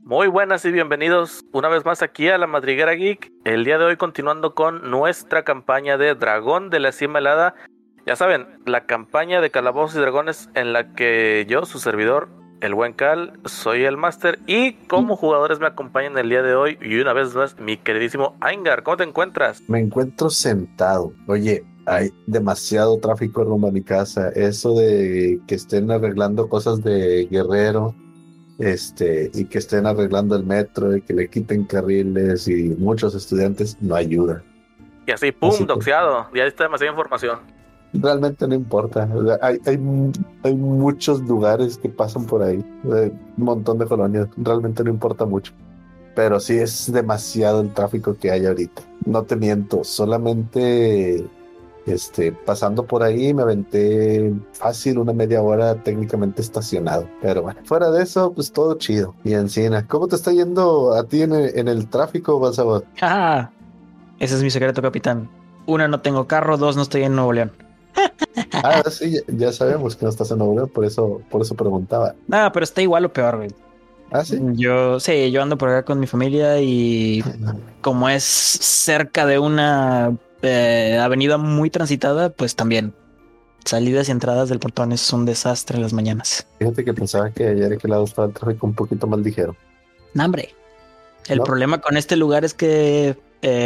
Muy buenas y bienvenidos una vez más aquí a La Madriguera Geek. El día de hoy continuando con nuestra campaña de Dragón de la Cima Helada. Ya saben, la campaña de Calabozos y Dragones en la que yo, su servidor, el buen Cal, soy el máster y como jugadores me acompañan el día de hoy y una vez más mi queridísimo Aingar. ¿Cómo te encuentras? Me encuentro sentado. Oye, hay demasiado tráfico rumbo a mi casa. Eso de que estén arreglando cosas de Guerrero, y que estén arreglando el metro y que le quiten carriles y muchos estudiantes no ayuda. Y así, Así ¡pum! que Doxeado. Ya está demasiada información. realmente no importa. O sea, hay muchos lugares que pasan por ahí, un montón de colonias. Realmente no importa mucho. Pero sí es demasiado el tráfico que hay ahorita. No te miento, solamente pasando por ahí me aventé fácil una media hora técnicamente estacionado. Pero bueno, fuera de eso, pues todo chido. Y Encina, ¿cómo te está yendo a ti en el tráfico, Balsabot? Ah, ese es mi secreto, capitán. Una, no tengo carro. Dos, no estoy en Nuevo León. Ah, sí, ya sabemos que no estás en Nuevo León, por eso preguntaba. Nada, pero está igual o peor, güey. Ah, sí. Yo ando por acá con mi familia y como es cerca de una avenida muy transitada, pues también salidas y entradas del portón es un desastre en las mañanas. Fíjate que pensaba que ayer aquel lado estaba el tráfico un poquito más ligero. ¡No, hombre! El ¿No? problema con este lugar es que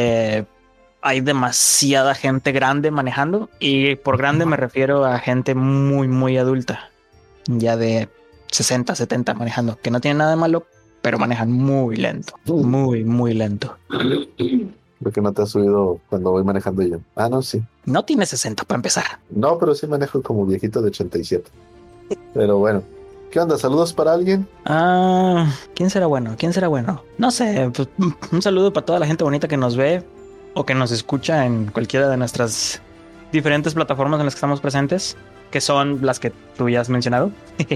hay demasiada gente grande manejando y por grande me refiero a gente muy, muy adulta, ya de 60, 70 manejando, que no tiene nada de malo, pero manejan muy lento, muy, muy lento. Lo que no te has subido cuando voy manejando yo. Ah, no, sí. No tiene 60 para empezar. No, pero sí manejo como viejito de 87. Pero bueno. ¿Qué onda? ¿Saludos para alguien? ¿Quién será bueno? ¿Quién será bueno? No sé, pues, un saludo para toda la gente bonita que nos ve o que nos escucha en cualquiera de nuestras diferentes plataformas en las que estamos presentes, que son las que tú ya has mencionado.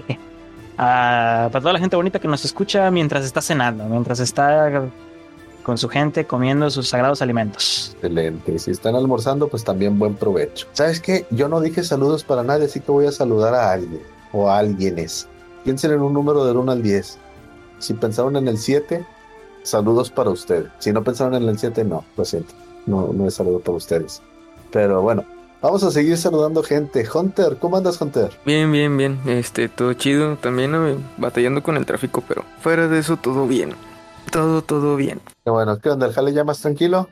Para toda la gente bonita que nos escucha mientras está cenando, mientras está con su gente comiendo sus sagrados alimentos. Excelente. Si están almorzando, pues también buen provecho. ¿Sabes qué? Yo no dije saludos para nadie, así que voy a saludar a alguien o a alguienes. Piensen en un número del 1 al 10. Si pensaron en el 7, saludos para ustedes. Si no pensaron en el 7, no, lo siento. No es saludo para ustedes. Pero bueno, vamos a seguir saludando gente. Hunter, ¿cómo andas, Hunter? Bien, bien, bien. Todo chido. También batallando con el tráfico, pero fuera de eso todo bien. Todo bien. Qué bueno, ¿qué onda? ¿El jale ya más tranquilo?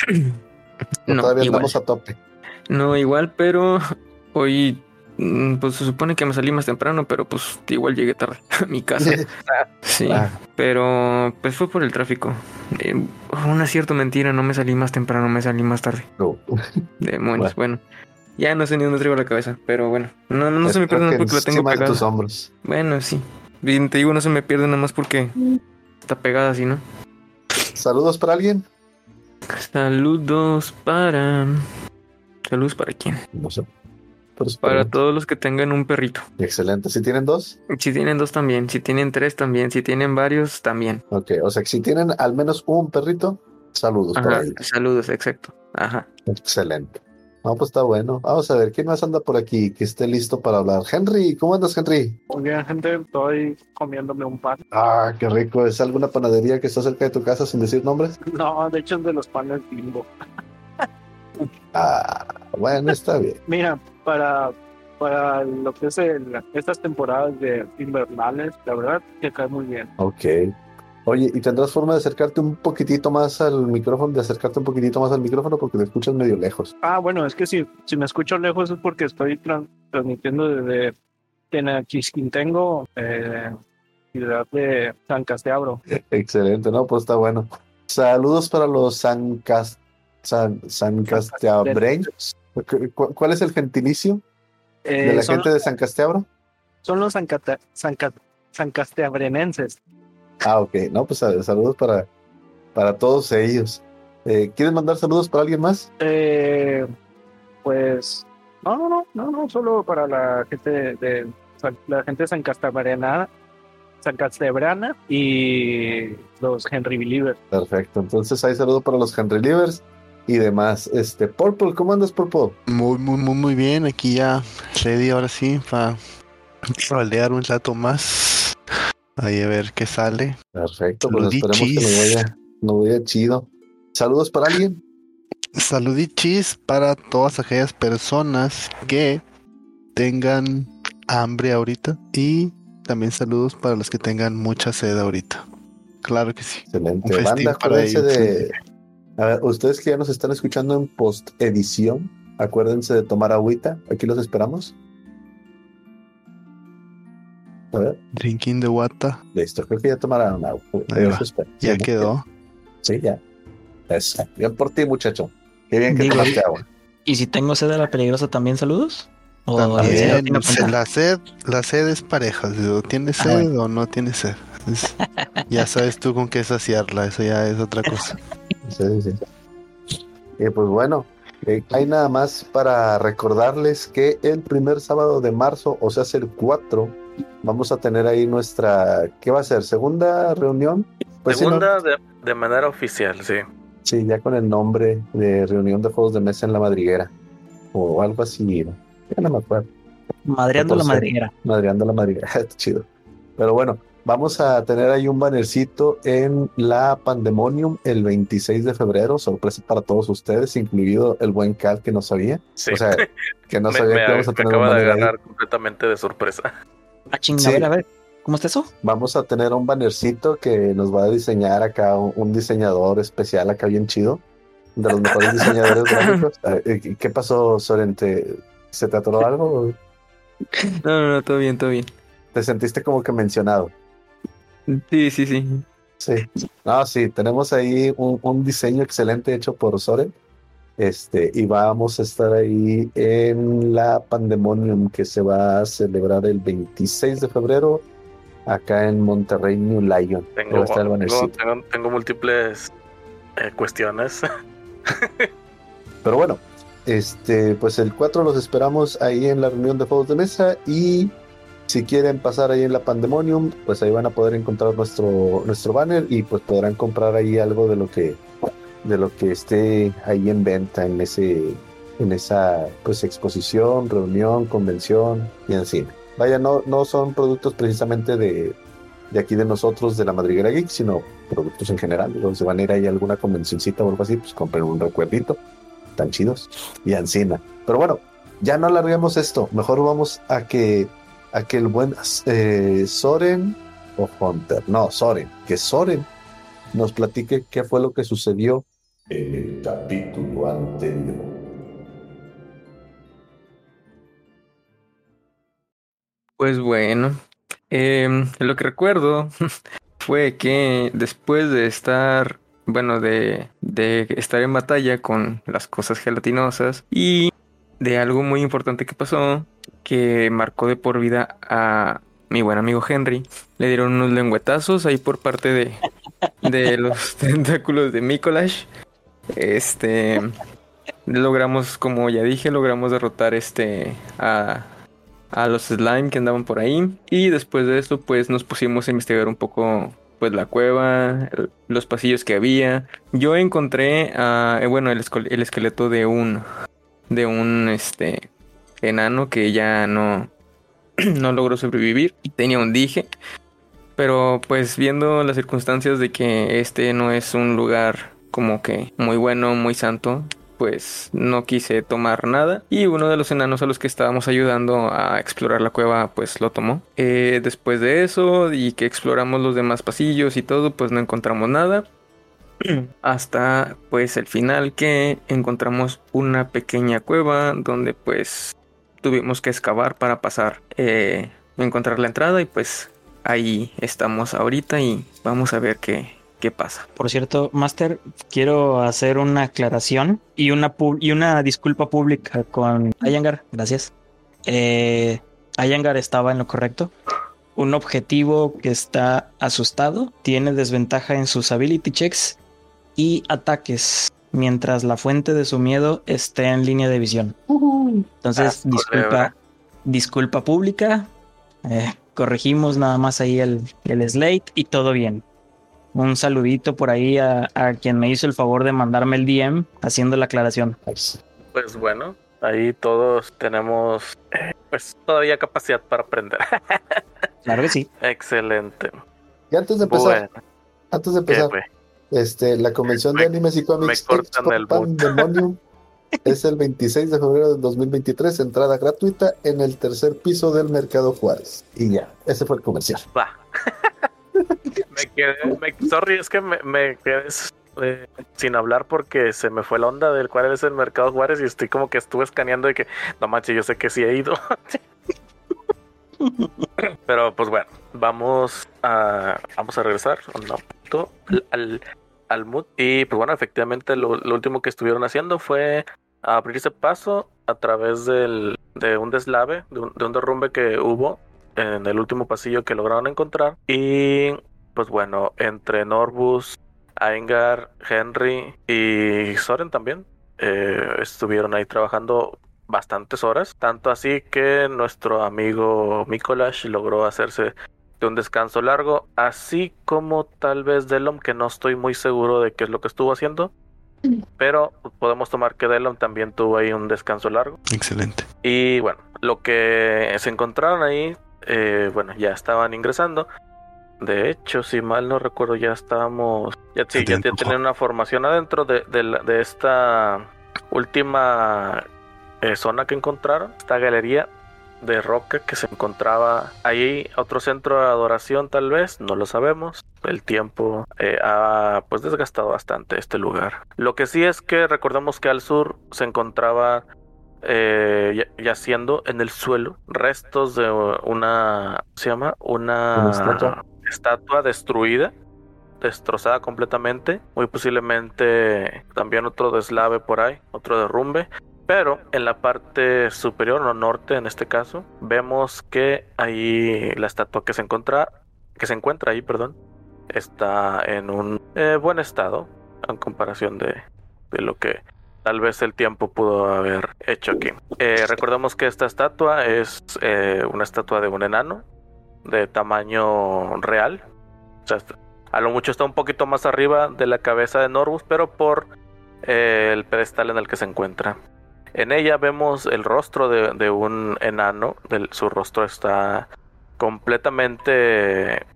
¿O No, todavía igual. andamos a tope? No, igual, pero hoy pues se supone que me salí más temprano, pero pues igual llegué tarde a mi casa. Sí, pero pues fue por el tráfico. Una cierta mentira, no me salí más temprano, me salí más tarde. No. Demonios, bueno. Ya no sé ni dónde traigo la cabeza, pero bueno. No se me pierde nada porque la tengo encima de pegada. tus hombros. Bueno, sí. Bien, te digo, no se me pierde nada más porque está pegada así, ¿no? ¿Saludos para alguien? Saludos para quién. No sé. Pero Para todos los que tengan un perrito. Excelente. ¿Si tienen dos? Si tienen dos también, si tienen tres también, si tienen varios también. Ok, o sea que si tienen al menos un perrito, saludos para Ajá, ellos. saludos, exacto. Ajá. Excelente. No, pues está bueno. Vamos a ver, ¿quién más anda por aquí que esté listo para hablar? Henry, ¿cómo andas, Henry? Muy bien, gente, estoy comiéndome un pan. Ah, qué rico. ¿Es alguna panadería que está cerca de tu casa sin decir nombres? No, de hecho es de los panes Bimbo. Ah, bueno, está bien. Mira, para lo que es estas temporadas de invernales, la verdad que cae muy bien. Ok. Oye, ¿y tendrás forma de acercarte un poquitito más al micrófono? Porque te escuchas medio lejos. Ah, bueno, es que si me escucho lejos es porque estoy transmitiendo desde Tenachisquintengo, ciudad de San Casteabro. Excelente, ¿no? Pues está bueno. Saludos para los sancasteabreños. ¿Cuál es el gentilicio de la gente de San Casteabro? Son los sancasteabrenenses. Ah, ok. No, pues saludos para todos ellos. ¿Quieres mandar saludos para alguien más? Pues no, solo para la gente de San Castebrana y los Henry Believers. Perfecto. Entonces hay saludos para los Henry Livers y demás. Purple, ¿cómo andas, Purple? Muy bien. Aquí ya ready ahora sí para aldear un rato más. Ahí a ver qué sale. Perfecto, pues esperemos que nos vaya chido. ¿Saludos para alguien? Saludichis para todas aquellas personas que tengan hambre ahorita y también saludos para los que tengan mucha sed ahorita. Claro que sí. Excelente. Banda, acuérdense de... A ver, ustedes que ya nos están escuchando en post-edición, acuérdense de tomar agüita. Aquí los esperamos. A ver. Drinking the water. Listo, creo que ya tomaron agua. Ya quedó. Sí, ya. Eso. Bien por ti, muchacho. Qué bien que tomaste agua. ¿Y si tengo sed a la peligrosa también saludos? También, la sed es pareja. ¿Tienes sed o no tienes sed? Ya sabes tú con qué saciarla. Eso ya es otra cosa. Sí. Pues bueno, hay nada más para recordarles que el primer sábado de marzo, o sea, el 4, vamos a tener ahí nuestra... ¿Qué va a ser? ¿Segunda reunión? Pues segunda sí, ¿no? de manera oficial, sí. Sí, ya con el nombre de reunión de juegos de mesa en la madriguera. O algo así, ¿no? Ya no me acuerdo. Madreando la madriguera. Madreando la madriguera, está chido. Pero bueno, vamos a tener ahí un bannercito en la Pandemonium el 26 de febrero, sorpresa para todos ustedes, incluido el buen Cal que no sabía. Sí. O sea, que no sabía que vamos a tener un banner de agarrar ahí. Completamente de sorpresa. Sí. A ver, ¿cómo está eso? Vamos a tener un bannercito que nos va a diseñar acá un diseñador especial acá bien chido, de los mejores diseñadores gráficos. ¿Qué pasó, Soren? ¿Se te atoró algo? No, todo bien. ¿Te sentiste como que mencionado? Sí. Sí. No, sí, tenemos ahí un diseño excelente hecho por Soren. Y vamos a estar ahí en la Pandemonium que se va a celebrar el 26 de febrero acá en Monterrey, New Lion. Tengo múltiples cuestiones. Pero bueno, pues el 4 los esperamos ahí en la reunión de juegos de mesa, y si quieren pasar ahí en la Pandemonium, pues ahí van a poder encontrar nuestro banner y pues podrán comprar ahí algo de lo que esté ahí en venta en esa pues exposición, reunión, convención y en fin. Vaya, no son productos precisamente de aquí de nosotros, de la Madriguera Geek, sino productos en general. Si van a ir ahí a alguna convencioncita o algo así, pues compren un recuerdito, tan chidos, y ancina. Pero bueno, ya no alarguemos esto, mejor vamos a que el buen Soren o Hunter, no, Soren, que Soren nos platique qué fue lo que sucedió en el capítulo anterior. Pues bueno, lo que recuerdo fue que después de estar, de estar en batalla con las cosas gelatinosas y de algo muy importante que pasó, que marcó de por vida a mi buen amigo Henry, le dieron unos lengüetazos ahí por parte de los tentáculos de Mikolash. Logramos, como ya dije, derrotar a los slime que andaban por ahí, y después de eso pues nos pusimos a investigar un poco pues la cueva, los pasillos que había. Yo encontré el esqueleto de un enano que ya no logró sobrevivir. Tenía un dije, pero pues viendo las circunstancias de que no es un lugar como que muy bueno, muy santo, pues no quise tomar nada, y uno de los enanos a los que estábamos ayudando a explorar la cueva pues lo tomó. Después de eso y que exploramos los demás pasillos y todo, pues no encontramos nada hasta pues el final, que encontramos una pequeña cueva donde pues tuvimos que excavar para pasar, encontrar la entrada, y pues ahí estamos ahorita y vamos a ver qué pasa. Por cierto, Master, quiero hacer una aclaración y una disculpa pública con Ayangar. Gracias. Ayangar estaba en lo correcto. Un objetivo que está asustado tiene desventaja en sus ability checks y ataques, mientras la fuente de su miedo esté en línea de visión. Entonces, disculpa pública. Corregimos nada más ahí el slate y todo bien. Un saludito por ahí a quien me hizo el favor de mandarme el DM haciendo la aclaración. Pues bueno, ahí todos tenemos pues todavía capacidad para aprender. Claro que sí. Excelente. Y antes de empezar, la convención de animes y cómics cortan el Pandemonium es el 26 de febrero del 2023, entrada gratuita en el tercer piso del Mercado Juárez. Y ya, ese fue el comercial. Va. Sorry, es que me quedé sin hablar porque se me fue la onda del cuál es el Mercado Juárez y estoy como que estuve escaneando de que, no manches, yo sé que sí he ido. Pero pues bueno, vamos a regresar al mood. Y pues bueno, efectivamente lo último que estuvieron haciendo fue abrirse paso a través de un deslave, de un derrumbe que hubo en el último pasillo que lograron encontrar. Y pues bueno, entre Norbus, Aengar, Henry y Soren también estuvieron ahí trabajando bastantes horas, tanto así que nuestro amigo Mikolash logró hacerse de un descanso largo, así como tal vez Delom, que no estoy muy seguro de qué es lo que estuvo haciendo, pero podemos tomar que Delom también tuvo ahí un descanso largo. Excelente. Y bueno, lo que se encontraron ahí, bueno, ya estaban ingresando. De hecho, si mal no recuerdo, ya estábamos, ya tenían una formación adentro de esta última zona que encontraron, esta galería de roca que se encontraba ahí. Otro centro de adoración, tal vez, no lo sabemos. El tiempo ha pues desgastado bastante este lugar. Lo que sí es que recordemos que al sur se encontraba yaciendo en el suelo restos de una estatua destruida, destrozada completamente, muy posiblemente también otro deslave por ahí, otro derrumbe. Pero en la parte superior, o norte en este caso, vemos que ahí la estatua que se encuentra ahí, está en un buen estado en comparación de lo que tal vez el tiempo pudo haber hecho aquí. Recordemos que esta estatua es una estatua de un enano de tamaño real. O sea, a lo mucho está un poquito más arriba de la cabeza de Norbus, pero por el pedestal en el que se encuentra. En ella vemos el rostro de un enano. Su rostro está completamente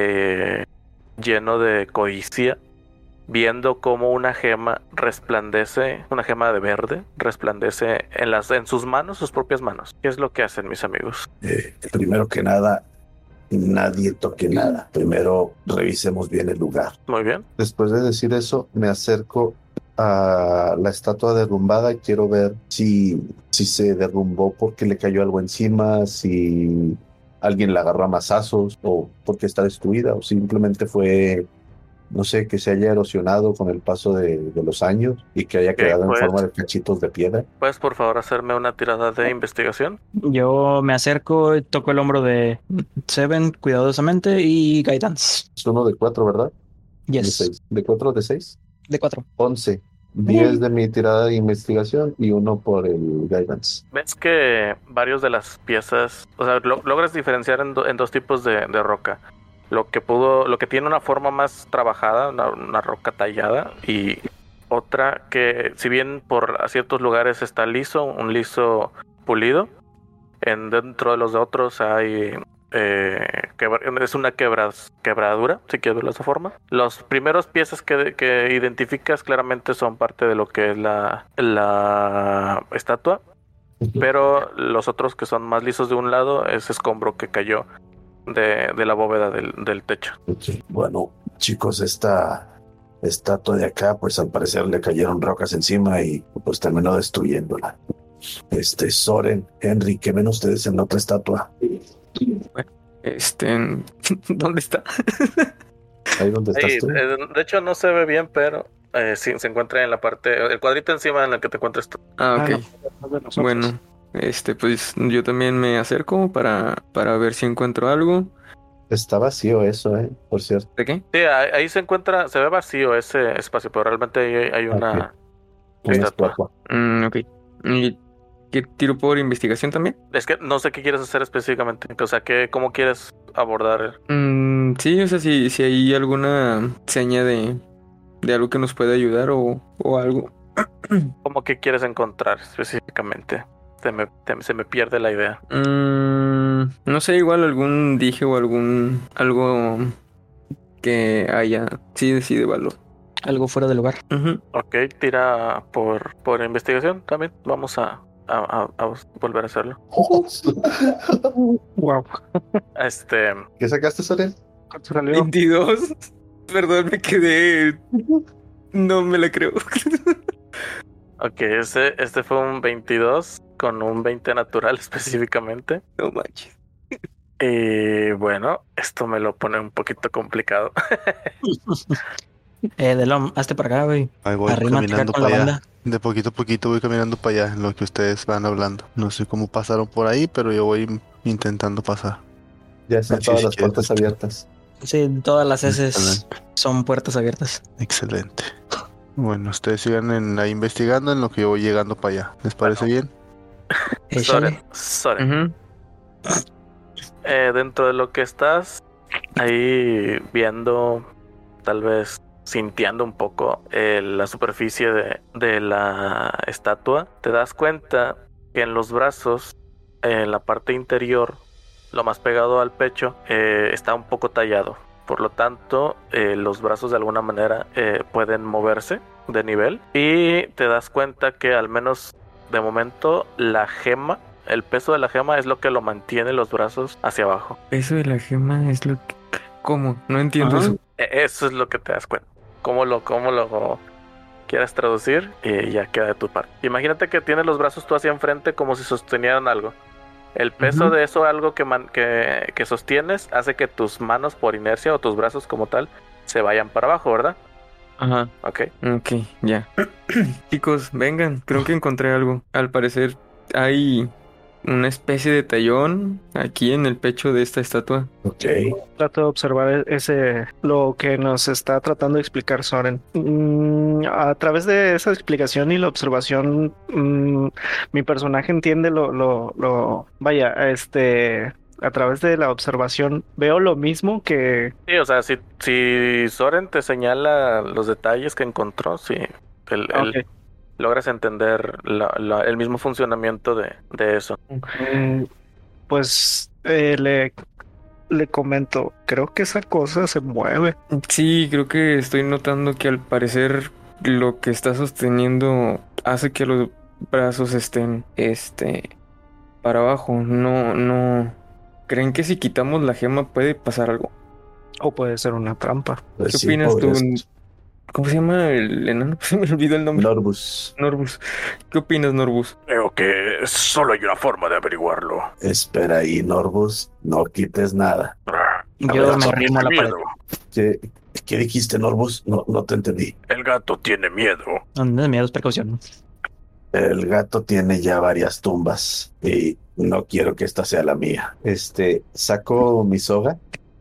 lleno de codicia, viendo cómo una gema resplandece, una gema de verde, resplandece en sus manos, sus propias manos. ¿Qué es lo que hacen, mis amigos? Primero que nada, nadie toque nada. Primero revisemos bien el lugar. Muy bien. Después de decir eso, me acerco a la estatua derrumbada y quiero ver si se derrumbó porque le cayó algo encima, si alguien la agarró a mazazos o porque está destruida o simplemente fue, no sé, que se haya erosionado con el paso de los años y que haya quedado en forma de cachitos de piedra. ¿Puedes por favor hacerme una tirada de investigación? Yo me acerco, toco el hombro de Seven cuidadosamente y Guidance. Es uno de 4, ¿verdad? Yes. De 6. ¿De 4 o de 6? De 4. 11. 10 de mi tirada de investigación y 1 por el Guidance. Ves que varios de las piezas, o sea, logras diferenciar en dos tipos de roca. Lo que tiene una forma más trabajada, una roca tallada, y otra que, si bien por ciertos lugares está liso, un liso pulido, dentro de los de otros hay es una quebradura, si quieres verlo de esa forma. Los primeros piezas que identificas claramente son parte de lo que es la estatua, pero los otros que son más lisos de un lado es escombro que cayó de la bóveda del techo. Bueno, chicos, esta estatua de acá, pues al parecer le cayeron rocas encima y pues terminó destruyéndola. Soren, Henry, ¿qué ven ustedes en la otra estatua? Bueno, ¿dónde está? Ahí donde estás tú. De hecho no se ve bien, pero sí, se encuentra en la parte, el cuadrito encima en el que te encuentras tú. Ah, ok. Bueno, pues yo también me acerco para ver si encuentro algo. Está vacío eso, por cierto. ¿De qué? Sí, ahí se ve vacío ese espacio, pero realmente hay una estatua. Ok. ¿Y qué tiro por investigación también? Es que no sé qué quieres hacer específicamente. O sea, ¿cómo quieres abordar? Sí, o sea, si hay alguna seña de algo que nos puede ayudar o algo. ¿Cómo que quieres encontrar específicamente? Se me pierde la idea. No sé, igual algún dije o algo que haya, sí, de valor. Algo fuera de lugar. Ok, tira por investigación también. Vamos a volver a hacerlo. Wow. ¿Qué sacaste, Soren? ¿Cuánto salió? 22. Perdón, me quedé. No me la creo. Ok, este fue un 22 con un 20 natural específicamente. No manches. Y bueno, esto me lo pone un poquito complicado. Delom, hazte para acá, güey. Ahí voy Arrímate acá caminando con la para allá. banda. De poquito a poquito voy caminando para allá en lo que ustedes van hablando. No sé cómo pasaron por ahí, pero yo voy intentando pasar. Ya están Sí, todas sí, las quieres. puertas abiertas. Sí, todas las S Excelente. son puertas abiertas. Excelente. Bueno, ustedes sigan ahí investigando en lo que yo voy llegando para allá. ¿Les parece bien? Échale. Soren. Dentro de lo que estás ahí viendo, tal vez sintiendo un poco la superficie de la estatua, te das cuenta que en los brazos, en la parte interior, lo más pegado al pecho, está un poco tallado. Por lo tanto, los brazos de alguna manera pueden moverse de nivel. Y te das cuenta que al menos de momento la gema, el peso de la gema es lo que lo mantiene los brazos hacia abajo. Eso de la gema es lo que... ¿Cómo? No entiendo eso. Eso es lo que te das cuenta. ¿Cómo lo quieras traducir? Ya queda de tu parte. Imagínate que tienes los brazos tú hacia enfrente como si sostenieran algo. El peso de eso, algo que sostienes, hace que tus manos por inercia o tus brazos como tal se vayan para abajo, ¿verdad? Ajá. Ok. Ok, ya. Chicos, vengan, creo que encontré algo. Al parecer hay una especie de tallón aquí en el pecho de esta estatua. Ok. Trato de observar lo que nos está tratando de explicar Soren. A través de esa explicación y la observación, mi personaje entiende vaya, a través de la observación veo lo mismo que... Sí, o sea, si Soren te señala los detalles que encontró, sí, él logras entender el mismo funcionamiento de eso. Pues le comento, creo que esa cosa se mueve. Sí, creo que estoy notando que al parecer lo que está sosteniendo hace que los brazos estén, para abajo. No. ¿Creen que si quitamos la gema puede pasar algo? O puede ser una trampa. Pues ¿Qué sí, opinas tú? podría ser. ¿Cómo se llama el enano? Se me olvidó el nombre. Norbus. Norbus. ¿Qué opinas, Norbus? Creo que solo hay una forma de averiguarlo. Espera ahí, Norbus. No quites nada. Yo me arrimo a la pared. ¿Qué dijiste, Norbus? No te entendí. El gato tiene miedo. No es miedo, es precaución. El gato tiene ya varias tumbas y no quiero que esta sea la mía. Saco mi soga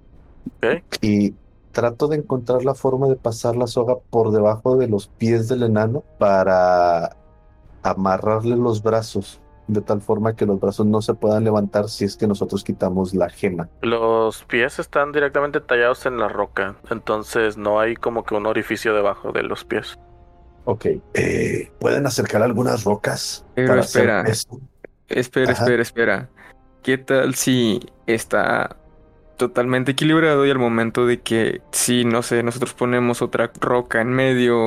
y trato de encontrar la forma de pasar la soga por debajo de los pies del enano para amarrarle los brazos de tal forma que los brazos no se puedan levantar si es que nosotros quitamos la gema. Los pies están directamente tallados en la roca, entonces no hay como que un orificio debajo de los pies. Ok. ¿Pueden acercar algunas rocas? Pero para espera. hacer eso? Espera. ¿Qué tal si está totalmente equilibrado y al momento de que, si no sé, nosotros ponemos otra roca en medio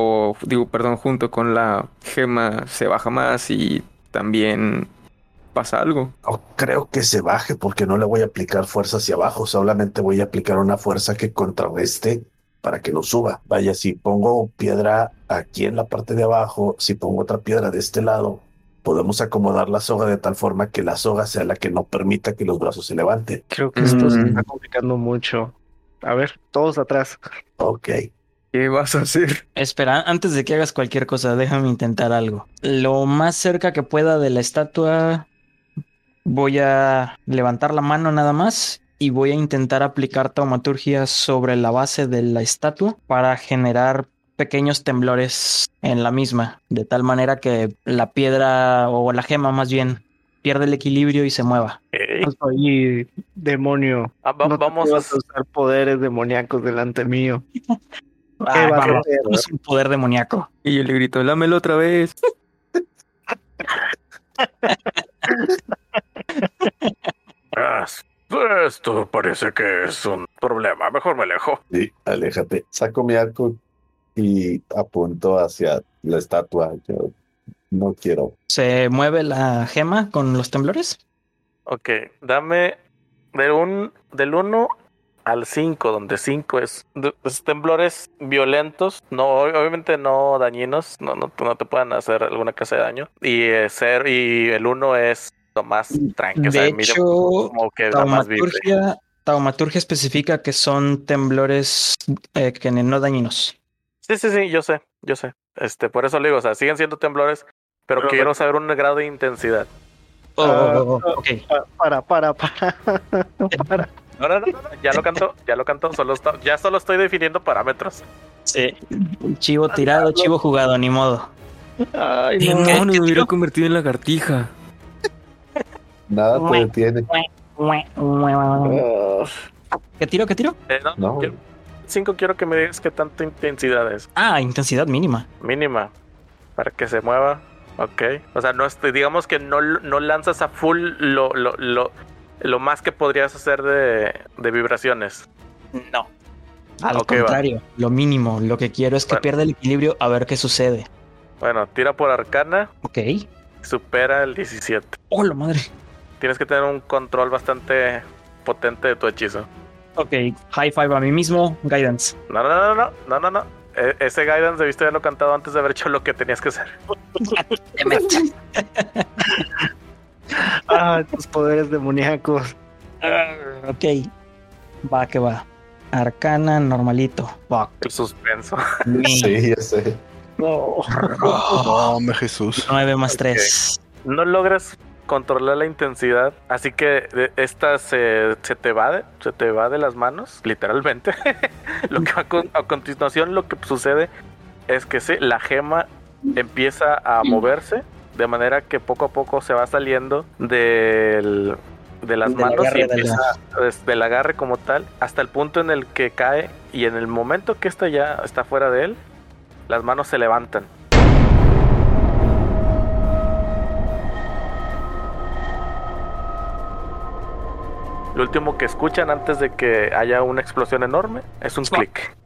junto con la gema se baja más y también pasa algo? No creo que se baje porque no le voy a aplicar fuerza hacia abajo, solamente voy a aplicar una fuerza que contrarreste para que no suba. Vaya, si pongo piedra aquí en la parte de abajo, si pongo otra piedra de este lado, podemos acomodar la soga de tal forma que la soga sea la que no permita que los brazos se levanten. Creo que esto se está complicando mucho. A ver, todos atrás. Ok. ¿Qué vas a hacer? Espera, antes de que hagas cualquier cosa, déjame intentar algo. Lo más cerca que pueda de la estatua, voy a levantar la mano nada más y voy a intentar aplicar taumaturgia sobre la base de la estatua para generar pequeños temblores en la misma, de tal manera que la piedra o la gema más bien pierde el equilibrio y se mueva. Soy demonio. Vamos a usar poderes demoníacos delante mío. Vamos, es un poder demoníaco. Y yo le grito, lámelo otra vez. Esto parece que es un problema. Mejor me alejo. Sí, aléjate. Saco mi arco y apunto hacia la estatua. Yo no quiero. ¿Se mueve la gema con los temblores? Ok, dame del 1 al 5, donde 5 es temblores violentos, no, obviamente no dañinos, no te puedan hacer alguna clase de daño. Y el 1 es lo más tranquilo. De hecho, como que da más vibre. Taumaturgia especifica que son temblores que no dañinos. Sí, yo sé. Por eso le digo, o sea, siguen siendo temblores, pero quiero saber un grado de intensidad. Ok. Para. No, ya lo cantó, ya solo estoy definiendo parámetros. Sí. Chivo tirado, chivo jugado, ni modo. Ay, No, me hubiera convertido en lagartija. Nada te detiene. ¿Qué tiro? No. 5 quiero que me digas qué tanta intensidad es. Intensidad mínima. Mínima. Para que se mueva. Ok. O sea, digamos que no lanzas a full lo más que podrías hacer de vibraciones. No. Al contrario, lo mínimo. Lo que quiero es que pierda el equilibrio a ver qué sucede. Bueno, tira por arcana. Ok. Supera el 17. ¡Oh, la madre! Tienes que tener un control bastante potente de tu hechizo. Ok, high five a mí mismo, guidance. No. Ese guidance debiste haberlo cantado antes de haber hecho lo que tenías que hacer. Tus poderes demoníacos. Ok, va que va. Arcana, normalito. Fuck. El suspenso. Sí, ya sé. No. Hombre, Jesús. 9 más 3. No logras controlar la intensidad, así que esta se te va de las manos, literalmente. Lo que a continuación lo que sucede es que la gema empieza a moverse de manera que poco a poco se va saliendo de las manos y empieza del agarre como tal hasta el punto en el que cae, y en el momento que esta ya está fuera de él, las manos se levantan. Lo último que escuchan antes de que haya una explosión enorme es un clic.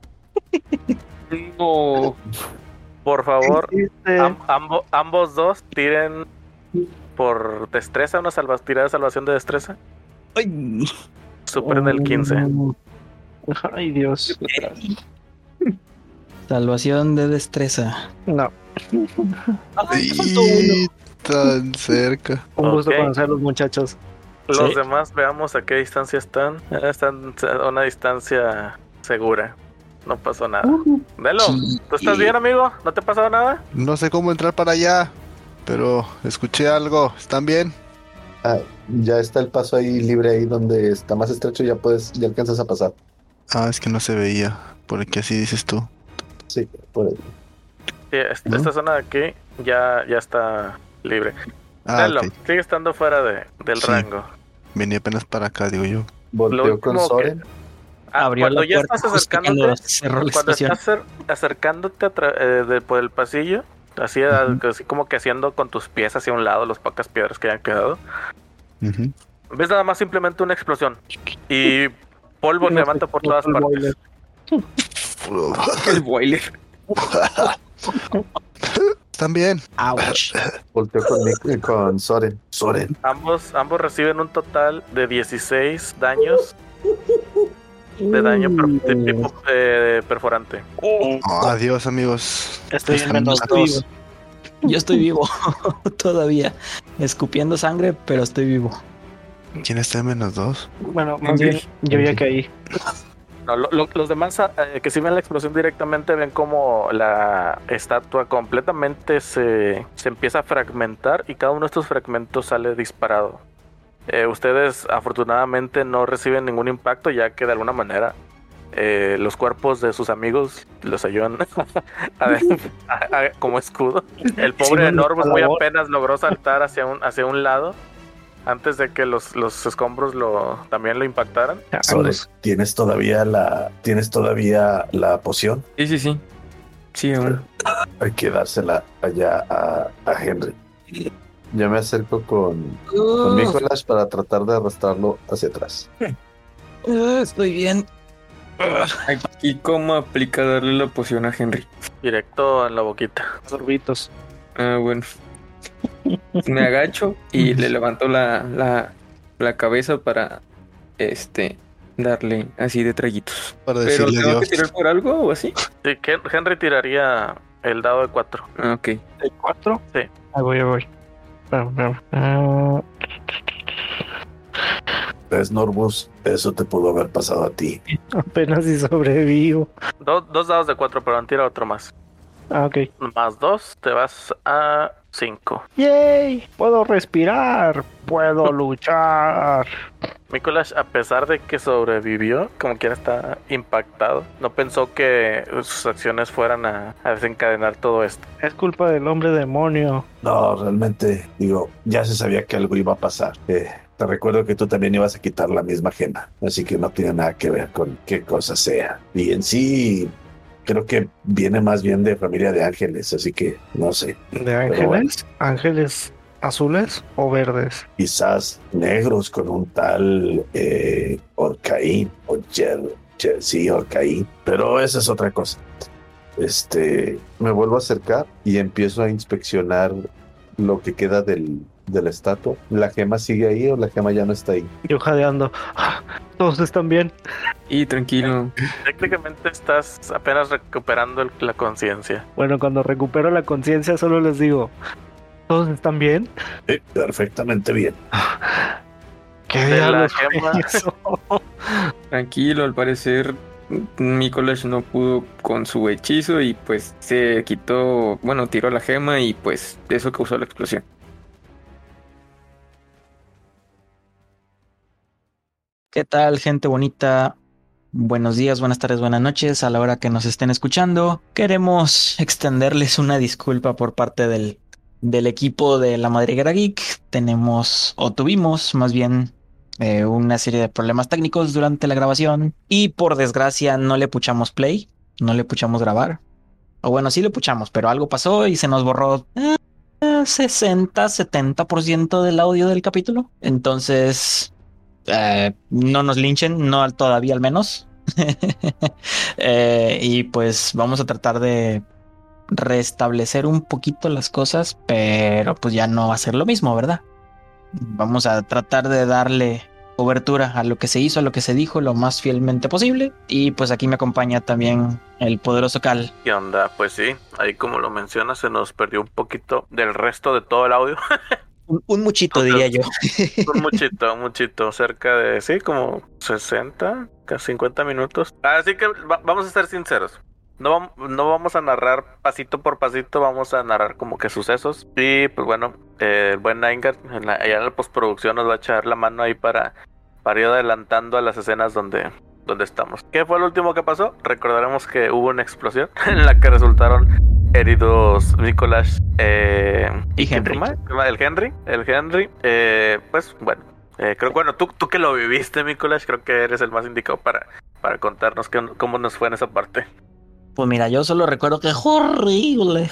No. Por favor, ambos dos tiren por destreza, una tirada de salvación de destreza. Ay. Superen el 15. Ay, Dios. Salvación de destreza. No. Y tan cerca. Un gusto conocerlos, muchachos. Los demás, veamos a qué distancia están. Están a una distancia segura. No pasó nada. Delo, ¿tú estás bien, amigo? ¿No te ha pasado nada? No sé cómo entrar para allá, pero escuché algo. ¿Están bien? Ya está el paso ahí libre, ahí donde está más estrecho, ya alcanzas a pasar. Es que no se veía, porque así dices tú. Sí, por ahí. Sí, esta zona de aquí ya está libre. Delo, Ok. sigue estando fuera del rango. Venía apenas para acá, digo yo. Volteo con Soren. Abrió cuando la ya puerta estás justo acercándote, cuando cerró la cuando estación. estás acercándote por el pasillo, así como que haciendo con tus pies hacia un lado las pocas piedras que hayan quedado, ves nada más simplemente una explosión y polvo se levanta por todas partes. El boiler. ¿Están bien? Ouch. Volteo con Soren. Soren. Ambos reciben un total de 16 daños de daño de tipo perforante. Adiós, amigos. Estoy en menos 2. Yo estoy vivo todavía. Escupiendo sangre, pero estoy vivo. ¿Quién está en -2? Bueno, más bien, yo ya caí. No, los demás que sí ven la explosión directamente ven como la estatua completamente se empieza a fragmentar y cada uno de estos fragmentos sale disparado. Ustedes afortunadamente no reciben ningún impacto, ya que de alguna manera los cuerpos de sus amigos los ayudan como escudo. El pobre Normus muy apenas logró saltar hacia un lado antes de que los escombros también lo impactaran. Soren, ¿tienes todavía la poción? Sí, aún. Hay que dársela allá a Henry. Yo me acerco con Nicolás para tratar de arrastrarlo hacia atrás. Estoy bien. Aquí, ¿cómo aplica darle la poción a Henry? Directo en la boquita. Sorbitos. Ah, bueno. Me agacho y le levanto la cabeza para darle así de traguitos. Para ¿Pero decirle tengo que adiós. tirar por algo o así? Sí, Henry tiraría el dado de 4. Ah, ok. ¿El 4? Sí. Ahí voy. Espera. ¿Ves, Norbus? Eso te pudo haber pasado a ti. Apenas si sobrevivo. Dos dados de 4, pero tira otro más. Ah, ok. Más 2, te vas a 5. ¡Yay! Puedo respirar. Puedo luchar. Nicolás, a pesar de que sobrevivió, como quiera está impactado. No pensó que sus acciones fueran a desencadenar todo esto. Es culpa del hombre demonio. No, realmente, digo, ya se sabía que algo iba a pasar. Te recuerdo que tú también ibas a quitar la misma gema, así que no tiene nada que ver con qué cosa sea. Y en sí, creo que viene más bien de familia de ángeles, así que no sé. ¿De ángeles? bueno. ¿Ángeles azules o verdes? Quizás negros con un tal Orcaín o sí, Orcaín, pero esa es otra cosa. Me vuelvo a acercar y empiezo a inspeccionar lo que queda de la estatua. ¿La gema sigue ahí o la gema ya no está ahí? Yo jadeando. Todos están bien. Y tranquilo. Técnicamente estás apenas recuperando la conciencia. Bueno, cuando recupero la conciencia solo les digo, ¿todos están bien? Perfectamente bien. ¿Qué De la diablos gema. fue eso? Tranquilo, al parecer Nicolás no pudo con su hechizo y pues se quitó, bueno, tiró la gema y pues eso causó la explosión. ¿Qué tal, gente bonita? Buenos días, buenas tardes, buenas noches. A la hora que nos estén escuchando, queremos extenderles una disculpa por parte del equipo de La Madriguera Geek. Tuvimos más bien una serie de problemas técnicos durante la grabación y por desgracia no le puchamos play, no le puchamos grabar. O bueno, sí le puchamos, pero algo pasó y se nos borró 60-70% del audio del capítulo. Entonces... no nos linchen, no todavía al menos. Y pues vamos a tratar de restablecer un poquito las cosas, pero pues ya no va a ser lo mismo, ¿verdad? Vamos a tratar de darle cobertura a lo que se hizo, a lo que se dijo, lo más fielmente posible. Y pues aquí me acompaña también el poderoso Cal. ¿Qué onda? Pues sí, ahí como lo mencionas, se nos perdió un poquito del resto de todo el audio. Un muchito, diría yo. Un muchito, cerca de, sí, como 60, casi 50 minutos. Así que vamos a ser sinceros. No vamos a narrar pasito por pasito, vamos a narrar como que sucesos. Y pues bueno, el buen Naingar, allá en la postproducción nos va a echar la mano ahí para ir adelantando a las escenas donde estamos. ¿Qué fue lo último que pasó? Recordaremos que hubo una explosión en la que resultaron heridos Nicolás y Henry. El Henry. Pues bueno, creo, bueno, tú que lo viviste, Nicolás, creo que eres el más indicado para contarnos cómo nos fue en esa parte. Pues mira, yo solo recuerdo que horrible.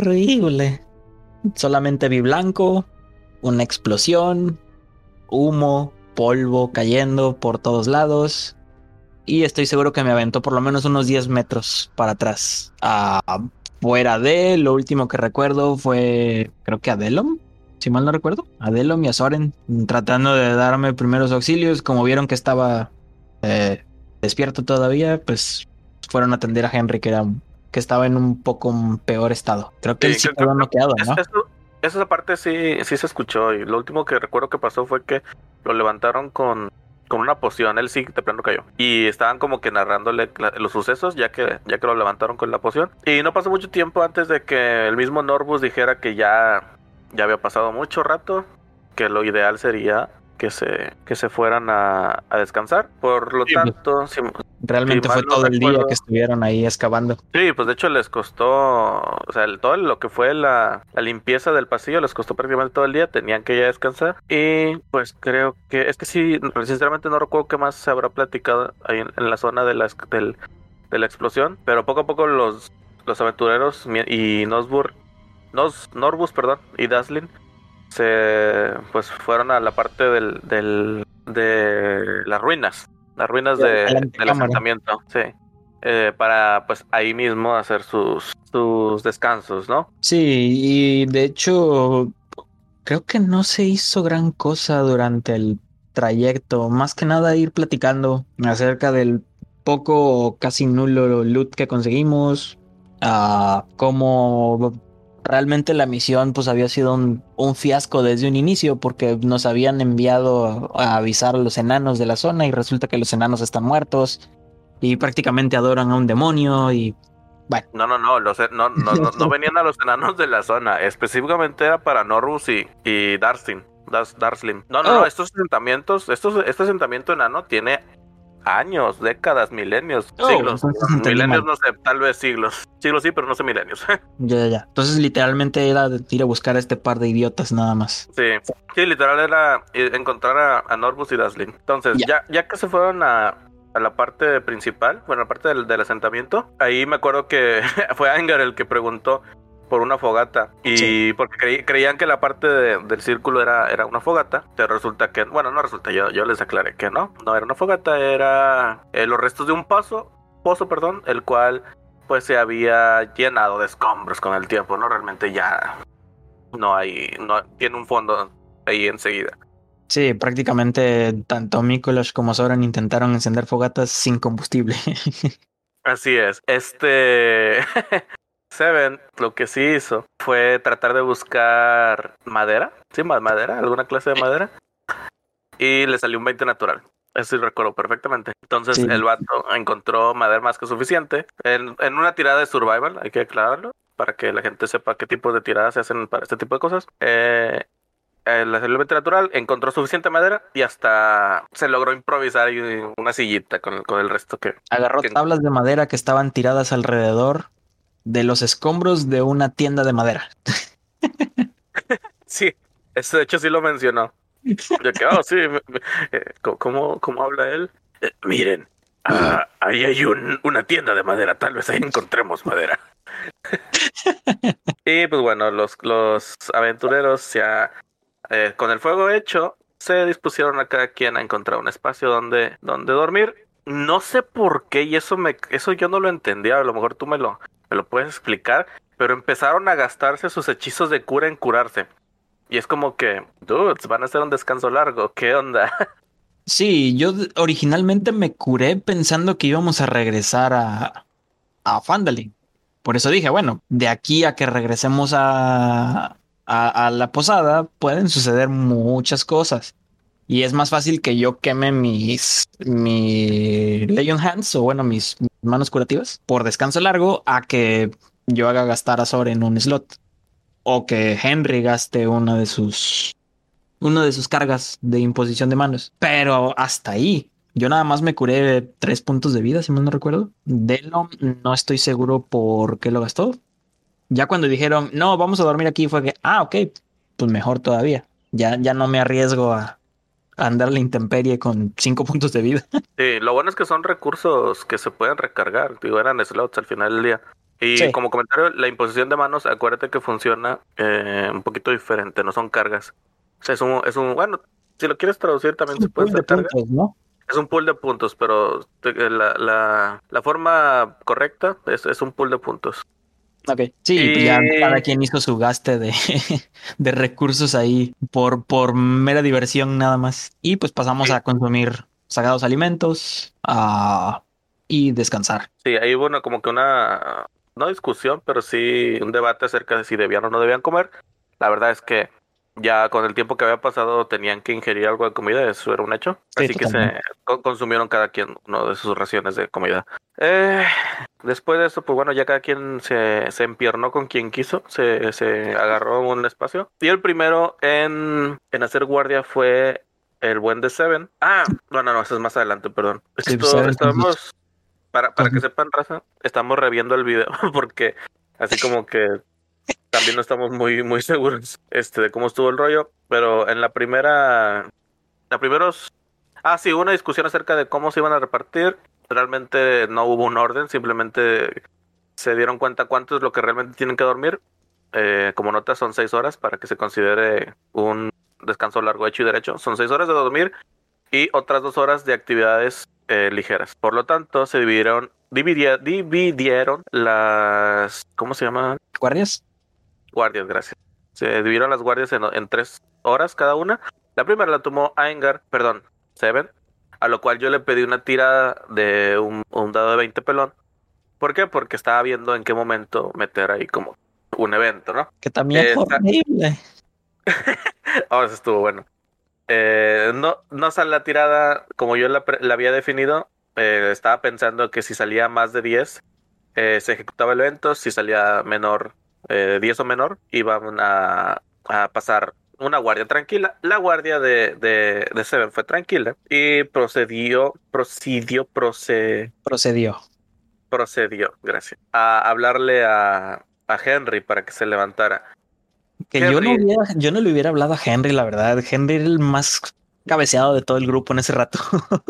Solamente vi blanco, una explosión, humo, polvo cayendo por todos lados. Y estoy seguro que me aventó por lo menos unos 10 metros para atrás. Fuera de, lo último que recuerdo fue, creo que Adelom, si mal no recuerdo. Adelom y a Soren tratando de darme primeros auxilios. Como vieron que estaba despierto todavía, pues fueron a atender a Henry, que estaba en un poco peor estado. Creo que él sí quedó noqueado, ¿no? Esa parte sí se escuchó. Y lo último que recuerdo que pasó fue que lo levantaron con una poción. Él sí de plano cayó. Y estaban como que narrándole los sucesos ya que lo levantaron con la poción. Y no pasó mucho tiempo antes de que el mismo Norbus dijera que ya había pasado mucho rato, que lo ideal sería que se fueran a descansar. Por lo tanto, realmente fue todo el día que estuvieron ahí excavando. Sí, pues de hecho les costó, o sea, todo lo que fue la limpieza del pasillo les costó prácticamente todo el día, tenían que ya descansar. Y pues creo que, es que sí, sinceramente no recuerdo qué más se habrá platicado ahí en la zona de la explosión, pero poco a poco los aventureros y Norbus, y Daslin pues fueron a la parte de las ruinas del asentamiento, sí. Para pues ahí mismo hacer sus descansos, ¿no? Sí, y de hecho creo que no se hizo gran cosa durante el trayecto, más que nada ir platicando acerca del poco o casi nulo loot que conseguimos, cómo realmente la misión pues había sido un fiasco desde un inicio porque nos habían enviado a avisar a los enanos de la zona y resulta que los enanos están muertos y prácticamente adoran a un demonio y bueno. No venían a los enanos de la zona. Específicamente era para Norrus y Darslim. No. Este asentamiento enano tiene años, décadas, milenios, siglos. Milenios no sé, tal vez siglos. Siglos sí, pero no sé milenios. Ya. Entonces literalmente era de ir a buscar a este par de idiotas nada más. Sí, literal era encontrar a Norrus y Darslim. Entonces, ya que se fueron a la parte principal, bueno, la parte del asentamiento, ahí me acuerdo que fue Angar el que preguntó por una fogata y porque creían que la parte del círculo era una fogata, pero resulta que, bueno, no resulta, yo les aclaré que no era una fogata, era los restos de un pozo, el cual pues se había llenado de escombros con el tiempo, ¿no? Realmente ya no tiene un fondo ahí enseguida. Sí, prácticamente tanto Mikolash como Soren intentaron encender fogatas sin combustible. Así es. Seven lo que sí hizo fue tratar de buscar madera. Sí, madera, alguna clase de madera. Y le salió un 20 natural. Eso sí recuerdo perfectamente. Entonces el vato encontró madera más que suficiente. En una tirada de survival, hay que aclararlo, para que la gente sepa qué tipo de tiradas se hacen para este tipo de cosas. Le salió el 20 natural, encontró suficiente madera y hasta se logró improvisar una sillita con el resto que... Agarró tablas de madera que estaban tiradas alrededor de los escombros de una tienda de madera. Sí, eso de hecho sí lo mencionó. Yo que, sí, ¿cómo habla él? Miren, ahí hay una tienda de madera, tal vez ahí encontremos madera. Y pues bueno, los aventureros ya con el fuego hecho, se dispusieron a cada quien a encontrar un espacio donde dormir. No sé por qué, y eso yo no lo entendía, a lo mejor tú me lo puedes explicar, pero empezaron a gastarse sus hechizos de cura en curarse. Y es como que, dudes, van a hacer un descanso largo, ¿qué onda? Sí, yo originalmente me curé pensando que íbamos a regresar a Phandalin. Por eso dije, bueno, de aquí a que regresemos a la posada pueden suceder muchas cosas. Y es más fácil que yo queme mi Legion Hands o bueno, mis manos curativas por descanso largo a que yo haga gastar a Sora en un slot. O que Henry gaste una de sus cargas de imposición de manos. Pero hasta ahí. Yo nada más me curé 3 puntos de vida, si mal no recuerdo. Delon no estoy seguro por qué lo gastó. Ya cuando dijeron, no, vamos a dormir aquí, fue que, ok, pues mejor todavía. Ya no me arriesgo a andar a la intemperie con 5 puntos de vida. Sí, lo bueno es que son recursos que se pueden recargar. Digo, eran slots al final del día. Y como comentario, la imposición de manos, acuérdate que funciona un poquito diferente, no son cargas. O sea, bueno, si lo quieres traducir también se puede hacer carga. Puntos, ¿no? Es un pool de puntos, pero la forma correcta es un pool de puntos. Ok, sí, pues ya cada quien hizo su gaste de recursos ahí por mera diversión nada más. Y pues pasamos a consumir sagrados alimentos y descansar. Sí, ahí hubo como que no discusión, pero sí un debate acerca de si debían o no debían comer. La verdad es que ya con el tiempo que había pasado tenían que ingerir algo de comida, eso era un hecho. Sí, así totalmente. que consumieron cada quien uno de sus raciones de comida. Después de eso, pues bueno, ya cada quien se empiernó con quien quiso, se agarró un espacio. Y el primero en hacer guardia fue el buen de Seven. No, eso es más adelante, perdón. Sí, pues, Estábamos, para que sepan, raza, estamos reviendo el video porque así como que también no estamos muy, muy seguros de cómo estuvo el rollo, pero en la primeros... sí, hubo una discusión acerca de cómo se iban a repartir. Realmente no hubo un orden, simplemente se dieron cuenta cuánto es lo que realmente tienen que dormir. como nota son 6 horas para que se considere un descanso largo hecho y derecho. Son 6 horas de dormir y otras 2 horas de actividades ligeras. Por lo tanto, se dividieron las... ¿Cómo se llaman? ¿Guardias? Guardias, gracias. Se dividieron las guardias en 3 horas cada una. La primera la tomó Seven, a lo cual yo le pedí una tirada de un dado de 20 pelón. ¿Por qué? Porque estaba viendo en qué momento meter ahí como un evento, ¿no? Que también fue horrible. Ahora eso estuvo bueno. No sale la tirada como yo la había definido. Estaba pensando que si salía más de 10, se ejecutaba el evento. Si salía menor, 10 o menor, iban a pasar una guardia tranquila. La guardia de Seven fue tranquila y procedió, gracias, a hablarle a Henry para que se levantara. Que Henry, yo no le hubiera hablado a Henry, la verdad. Henry era el más cabeceado de todo el grupo en ese rato.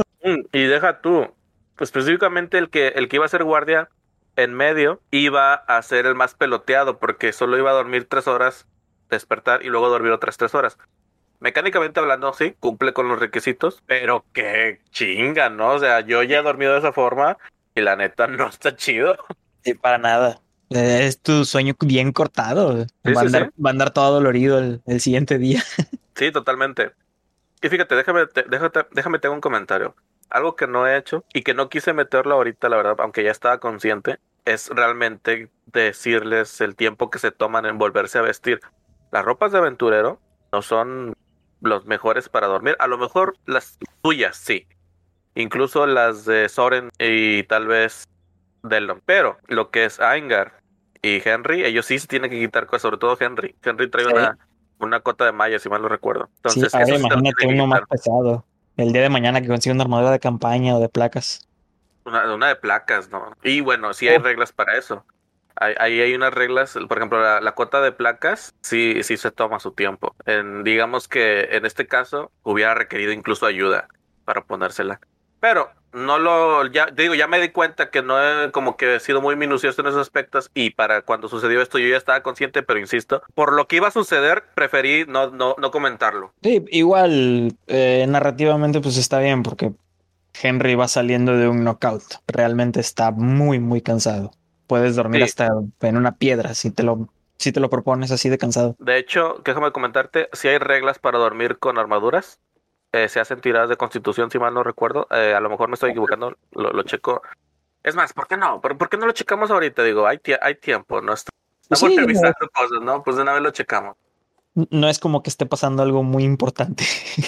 y deja tú, pues específicamente el que iba a ser guardia en medio iba a ser el más peloteado porque solo iba a dormir 3 horas, despertar y luego dormir otras 3 horas. Mecánicamente hablando, sí, cumple con los requisitos, pero qué chinga, ¿no? O sea, yo ya he dormido de esa forma y la neta no está chido. Sí, para nada. Es tu sueño bien cortado. Sí, Va a sí, sí. va a andar todo dolorido el siguiente día. Sí, totalmente. Y fíjate, déjame tengo un comentario. Algo que no he hecho y que no quise meterlo ahorita, la verdad, aunque ya estaba consciente, es realmente decirles el tiempo que se toman en volverse a vestir. Las ropas de aventurero no son los mejores para dormir. A lo mejor las tuyas, sí. Incluso las de Soren y tal vez Delon. Pero lo que es Aingar y Henry, ellos sí se tienen que quitar cosas, sobre todo Henry. Henry trae Sí. una cota de malla, si mal no recuerdo. Sí, Entonces, ahora eso sí te lo imagínate tienen que uno más quitar. pesado. El día de mañana que consiga una armadura de campaña o de placas. Una de placas, ¿no? Y bueno, sí hay reglas para eso. Ahí hay unas reglas, por ejemplo, la cota de placas sí se toma su tiempo. Digamos que en este caso hubiera requerido incluso ayuda para ponérsela. Pero ya digo, ya me di cuenta que no he como que sido muy minucioso en esos aspectos y para cuando sucedió esto yo ya estaba consciente, pero insisto, por lo que iba a suceder, preferí no comentarlo. Sí, igual narrativamente pues está bien porque Henry va saliendo de un knockout. Realmente está muy, muy cansado. Puedes dormir Sí, hasta en una piedra si te lo propones así de cansado. de hecho, déjame comentarte, si hay reglas para dormir con armaduras. Se hacen tiradas de constitución, si mal no recuerdo. A lo mejor me estoy equivocando, lo checo. Es más, ¿por qué no? ¿Por qué no lo checamos ahorita? Digo, hay tiempo, ¿no? Estamos Sí, revisando cosas, ¿no? Pues de una vez lo checamos. no es como que esté pasando algo muy importante.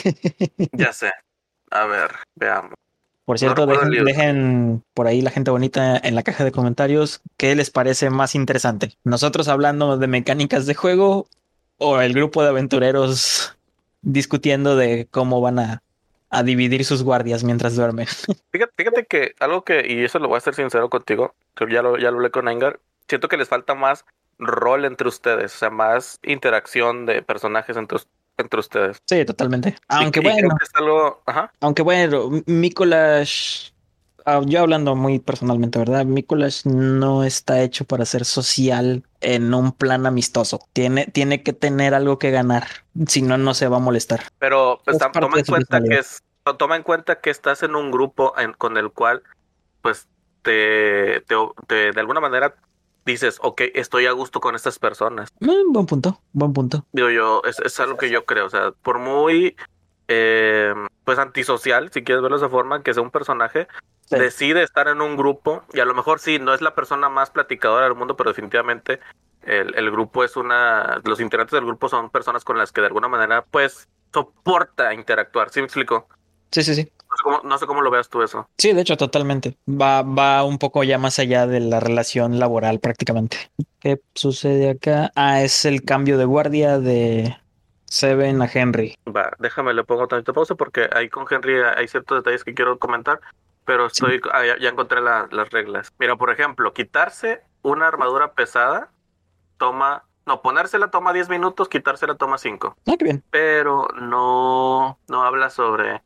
Ya sé. A ver, veamos. Por No cierto, recuerdo el libro. dejen por ahí la gente bonita en la caja de comentarios qué les parece más interesante. Nosotros hablando de mecánicas de juego o el grupo de aventureros discutiendo de cómo van a dividir sus guardias mientras duermen. Fíjate que algo y eso lo voy a ser sincero contigo, que ya lo hablé con Engar, siento que les falta más rol entre ustedes, o sea, más interacción de personajes entre ustedes. Sí, totalmente. Y creo que es algo, ajá. Aunque bueno, Mikolash, yo hablando muy personalmente, ¿verdad? Mikolash no está hecho para ser social en un plan amistoso. Tiene que tener algo que ganar, si no, no se va a molestar. Pero pues, Es parte toma de en su cuenta personalidad. toma en cuenta que estás en un grupo con el cual, pues, de alguna manera dices, ok, estoy a gusto con estas personas. Buen punto, buen punto. Digo yo, es algo que yo creo, o sea, por muy, pues, antisocial, si quieres verlo de esa forma, que sea un personaje, Sí. decide estar en un grupo, y a lo mejor sí, no es la persona más platicadora del mundo, pero definitivamente el grupo los integrantes del grupo son personas con las que de alguna manera, pues, soporta interactuar, ¿sí me explico? Sí, sí, sí. No sé cómo lo veas tú eso. Sí, de hecho, totalmente. Va un poco ya más allá de la relación laboral prácticamente. ¿Qué sucede acá? Ah, es el cambio de guardia de Seven a Henry. Va, déjame, le pongo tantito pausa porque ahí con Henry hay ciertos detalles que quiero comentar, pero Sí. ya encontré las reglas. Mira, por ejemplo, quitarse una armadura pesada no, ponérsela toma 10 minutos, quitársela toma 5. Ah, qué bien. Pero no habla sobre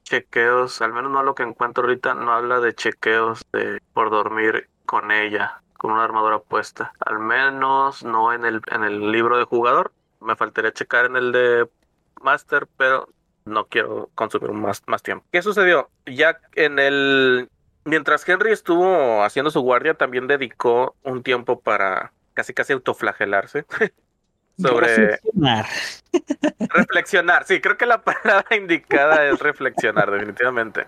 chequeos, al menos no lo que encuentro ahorita, no habla de chequeos por dormir con ella. con una armadura puesta. Al menos no en el libro de jugador. Me faltaría checar en el de Master, pero no quiero consumir más tiempo. ¿Qué sucedió? Ya mientras Henry estuvo haciendo su guardia, también dedicó un tiempo para casi autoflagelarse. Sobre reflexionar. Sí, creo que la palabra indicada es reflexionar, definitivamente.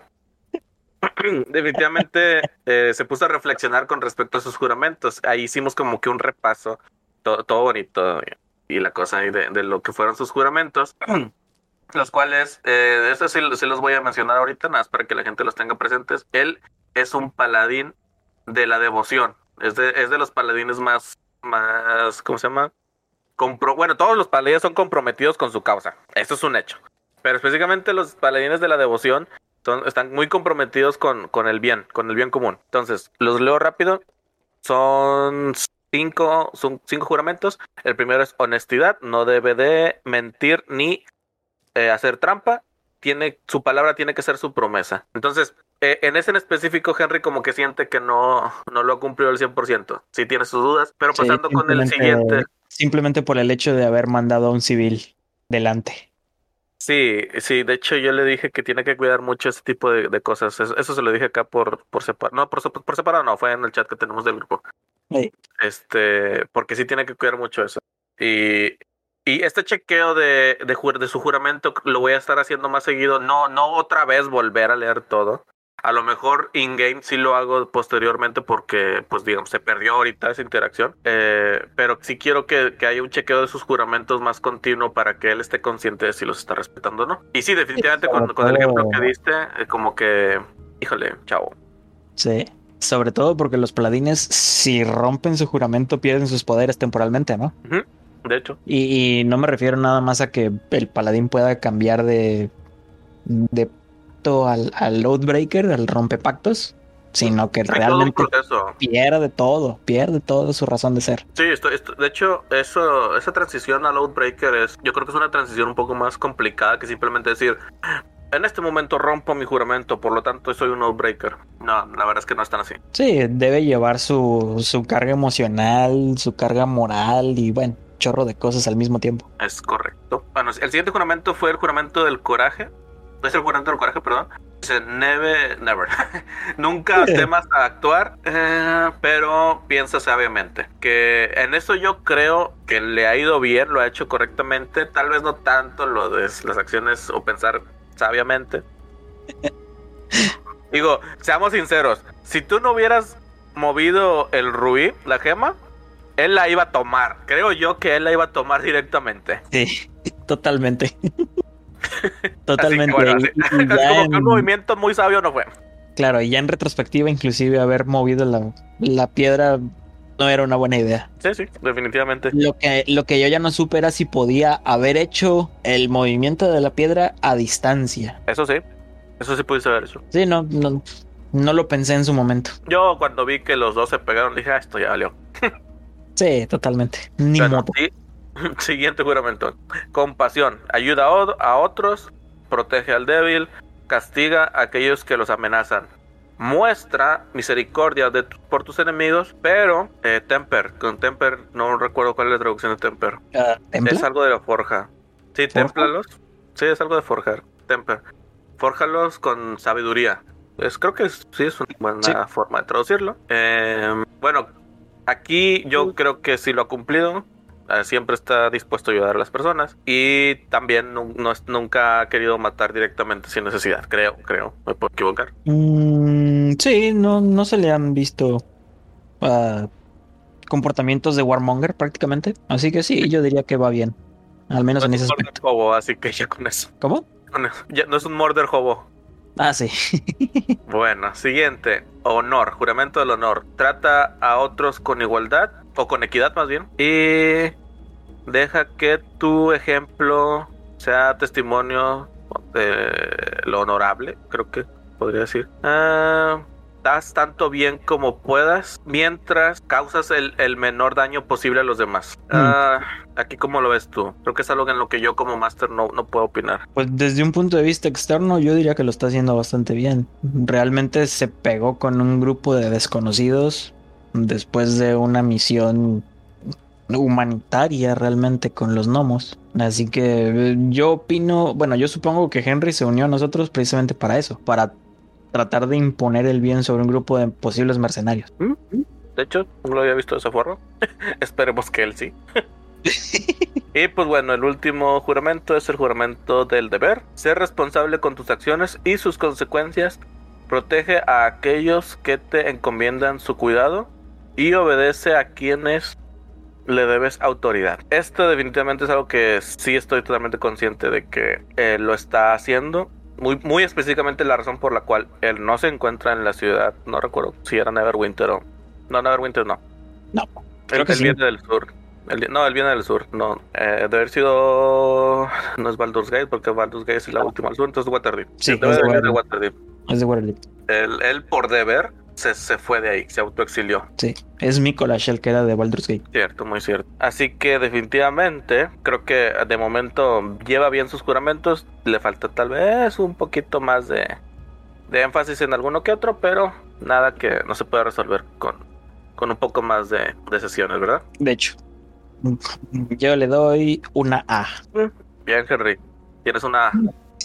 Definitivamente se puso a reflexionar con respecto a sus juramentos. Ahí hicimos como que un repaso, todo bonito y la cosa ahí de lo que fueron sus juramentos, los cuales, eso sí los voy a mencionar ahorita, nada más para que la gente los tenga presentes. Él es un paladín de la devoción, es de los paladines más, ¿cómo se llama? Bueno, todos los paladines son comprometidos con su causa, eso es un hecho, pero específicamente los paladines de la devoción están muy comprometidos con el bien común. Entonces, los leo rápido. Son cinco juramentos. El primero es honestidad, no debe de mentir ni hacer trampa. Su palabra tiene que ser su promesa. Entonces, en ese en específico, Henry como que siente que no lo ha cumplido al 100%. Sí tiene sus dudas, pero pasando con el siguiente. Simplemente por el hecho de haber mandado a un civil delante. Sí, de hecho yo le dije que tiene que cuidar mucho ese tipo de cosas. Eso se lo dije acá por separado. No, por separado no, fue en el chat que tenemos del grupo. Sí. Porque sí tiene que cuidar mucho eso. Y este chequeo de su juramento lo voy a estar haciendo más seguido. No otra vez volver a leer todo. A lo mejor in-game sí lo hago posteriormente porque, pues digamos, se perdió ahorita esa interacción. Pero sí quiero que haya un chequeo de sus juramentos más continuo para que él esté consciente de si los está respetando o no. Y sí, definitivamente con el ejemplo que diste, como que, híjole, chavo. Sí, sobre todo porque los paladines, si rompen su juramento, pierden sus poderes temporalmente, ¿no? Uh-huh. De hecho. Y no me refiero nada más a que el paladín pueda cambiar de al Loadbreaker, al rompepactos, sino que realmente pierde todo su razón de ser. Sí, de hecho, esa transición al Loadbreaker yo creo que es una transición un poco más complicada que simplemente decir, en este momento rompo mi juramento, por lo tanto soy un Loadbreaker. No, la verdad es que no es tan así. Sí, debe llevar su carga emocional, su carga moral y bueno, chorro de cosas al mismo tiempo. Es correcto. Bueno, el siguiente juramento fue el juramento del coraje. Es el juramento del coraje, perdón. Dice, never. Nunca temas a actuar, pero piensa sabiamente. Que en eso yo creo que le ha ido bien, lo ha hecho correctamente. Tal vez no tanto lo de las acciones o pensar sabiamente. Digo, seamos sinceros. Si tú no hubieras movido el rubí, la gema, él la iba a tomar. Creo yo que él la iba a tomar directamente. Sí, totalmente. Totalmente. Bueno, como que un movimiento muy sabio no fue. Claro, y ya en retrospectiva, inclusive haber movido la piedra no era una buena idea. Sí, definitivamente. Lo que yo ya no supe era si podía haber hecho el movimiento de la piedra a distancia. Eso sí pudiste haber hecho. Sí, no lo pensé en su momento. Yo cuando vi que los dos se pegaron dije, esto ya valió. Sí, totalmente. Ni modo. Sí. Siguiente juramento. Compasión. Ayuda a otros. Protege al débil. Castiga a aquellos que los amenazan. Muestra misericordia por tus enemigos. Pero temper. Con temper no recuerdo cuál es la traducción de temper. Es algo de la forja. Sí, témplalos. Sí, es algo de forjar. Temper. Fórjalos con sabiduría. Creo que sí es una buena forma de traducirlo. Bueno, aquí yo creo que sí lo ha cumplido. Siempre está dispuesto a ayudar a las personas y también nunca ha querido matar directamente sin necesidad, creo, me puedo equivocar. Sí, no se le han visto comportamientos de Warmonger prácticamente, así que sí, yo diría que va bien, al menos en ese aspecto. Hobo, así que ya con eso. ¿Cómo? Ya no es un murder hobo. Ah, sí. Bueno, siguiente, honor, juramento del honor. Trata a otros con igualdad, o con equidad más bien, y deja que tu ejemplo sea testimonio de lo honorable, creo que podría decir. Haz tanto bien como puedas mientras causas el menor daño posible a los demás. Aquí, ¿cómo lo ves tú? Creo que es algo en lo que yo como máster no puedo opinar. Pues desde un punto de vista externo yo diría que lo está haciendo bastante bien. Realmente se pegó con un grupo de desconocidos después de una misión humanitaria realmente con los gnomos. Así que yo opino, bueno, yo supongo que Henry se unió a nosotros precisamente para eso, para tratar de imponer el bien sobre un grupo de posibles mercenarios. De hecho, no lo había visto de esa forma. Esperemos que él sí. Y pues bueno, el último juramento es el juramento del deber. Ser responsable con tus acciones y sus consecuencias. Protege a aquellos que te encomiendan su cuidado y obedece a quienes le debes autoridad. Esto definitivamente es algo que sí estoy totalmente consciente de que lo está haciendo. Muy específicamente la razón por la cual él no se encuentra en la ciudad. No recuerdo si era Neverwinter o... No, Neverwinter no. No, Él viene del sur. Él viene del sur. No, debe haber sido... No es Baldur's Gate, porque Baldur's Gate es la última al sur, entonces Waterdeep. Sí, debe de venir de Waterdeep. Es de Waterdeep. Él por deber se fue de ahí, se autoexilió. Sí, es Mikolash el que era de Baldur's Gate. Cierto, muy cierto. Así que definitivamente creo que de momento lleva bien sus juramentos. Le falta tal vez un poquito más de énfasis en alguno que otro, pero nada que no se pueda resolver con un poco más de sesiones, ¿verdad? De hecho, yo le doy una A. Bien, Henry, tienes una A.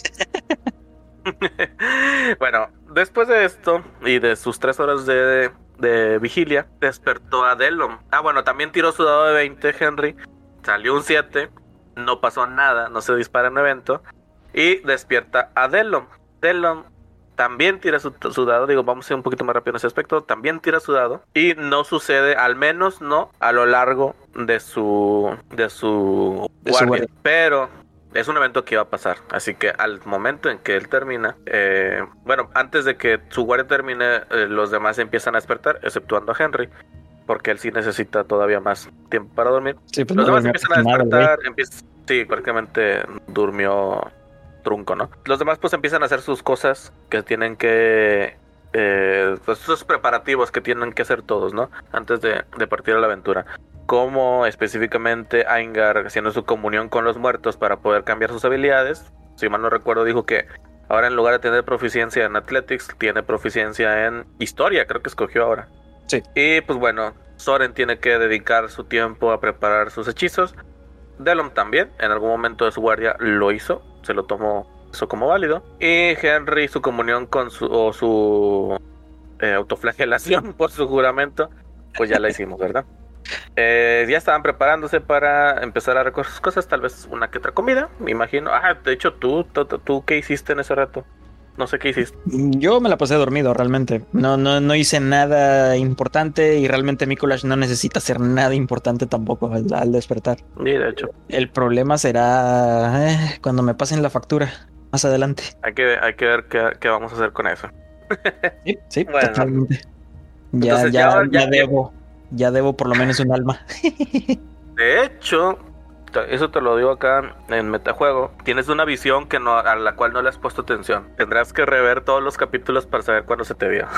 Bueno, después de esto y de sus 3 horas de vigilia, despertó a Delon. Bueno, también tiró su dado de 20, Henry. Salió un 7, no pasó nada, no se dispara en el evento. Y despierta a Delon. Delon también tira su dado. Digo, vamos a ir un poquito más rápido en ese aspecto. También tira su dado. Y no sucede, al menos no a lo largo de su guardia. Pero es un evento que iba a pasar. Así que al momento en que él termina, antes de que su guardia termine, los demás empiezan a despertar, exceptuando a Henry, porque él sí necesita todavía más tiempo para dormir. Sí, pues los demás empiezan a despertar. Sí, prácticamente durmió trunco, ¿no? Los demás pues empiezan a hacer sus cosas que tienen que... pues esos preparativos que tienen que hacer todos, ¿no? Antes de partir a la aventura. Como específicamente Aingar haciendo su comunión con los muertos para poder cambiar sus habilidades. Si mal no recuerdo, dijo que ahora en lugar de tener proficiencia en Athletics, tiene proficiencia en Historia, creo que escogió ahora. Sí. Y pues bueno, Soren tiene que dedicar su tiempo a preparar sus hechizos. Delon también, en algún momento de su guardia lo hizo, se lo tomó eso como válido. Y Henry, su comunión con su autoflagelación por su juramento, pues ya la hicimos, ¿verdad? Ya estaban preparándose para empezar a recoger sus cosas, tal vez una que otra comida, me imagino. De hecho, ¿tú qué hiciste en ese rato? No sé qué hiciste. Yo me la pasé dormido, realmente. No hice nada importante y realmente Mikolash no necesita hacer nada importante tampoco al despertar. Sí, de hecho. El problema será cuando me pasen la factura más adelante. Hay que ver qué vamos a hacer con eso. Sí, bueno. Totalmente. Ya debo por lo menos un alma. De hecho, eso te lo digo acá en Metajuego. Tienes una visión a la cual no le has puesto atención. Tendrás que rever todos los capítulos para saber cuándo se te dio.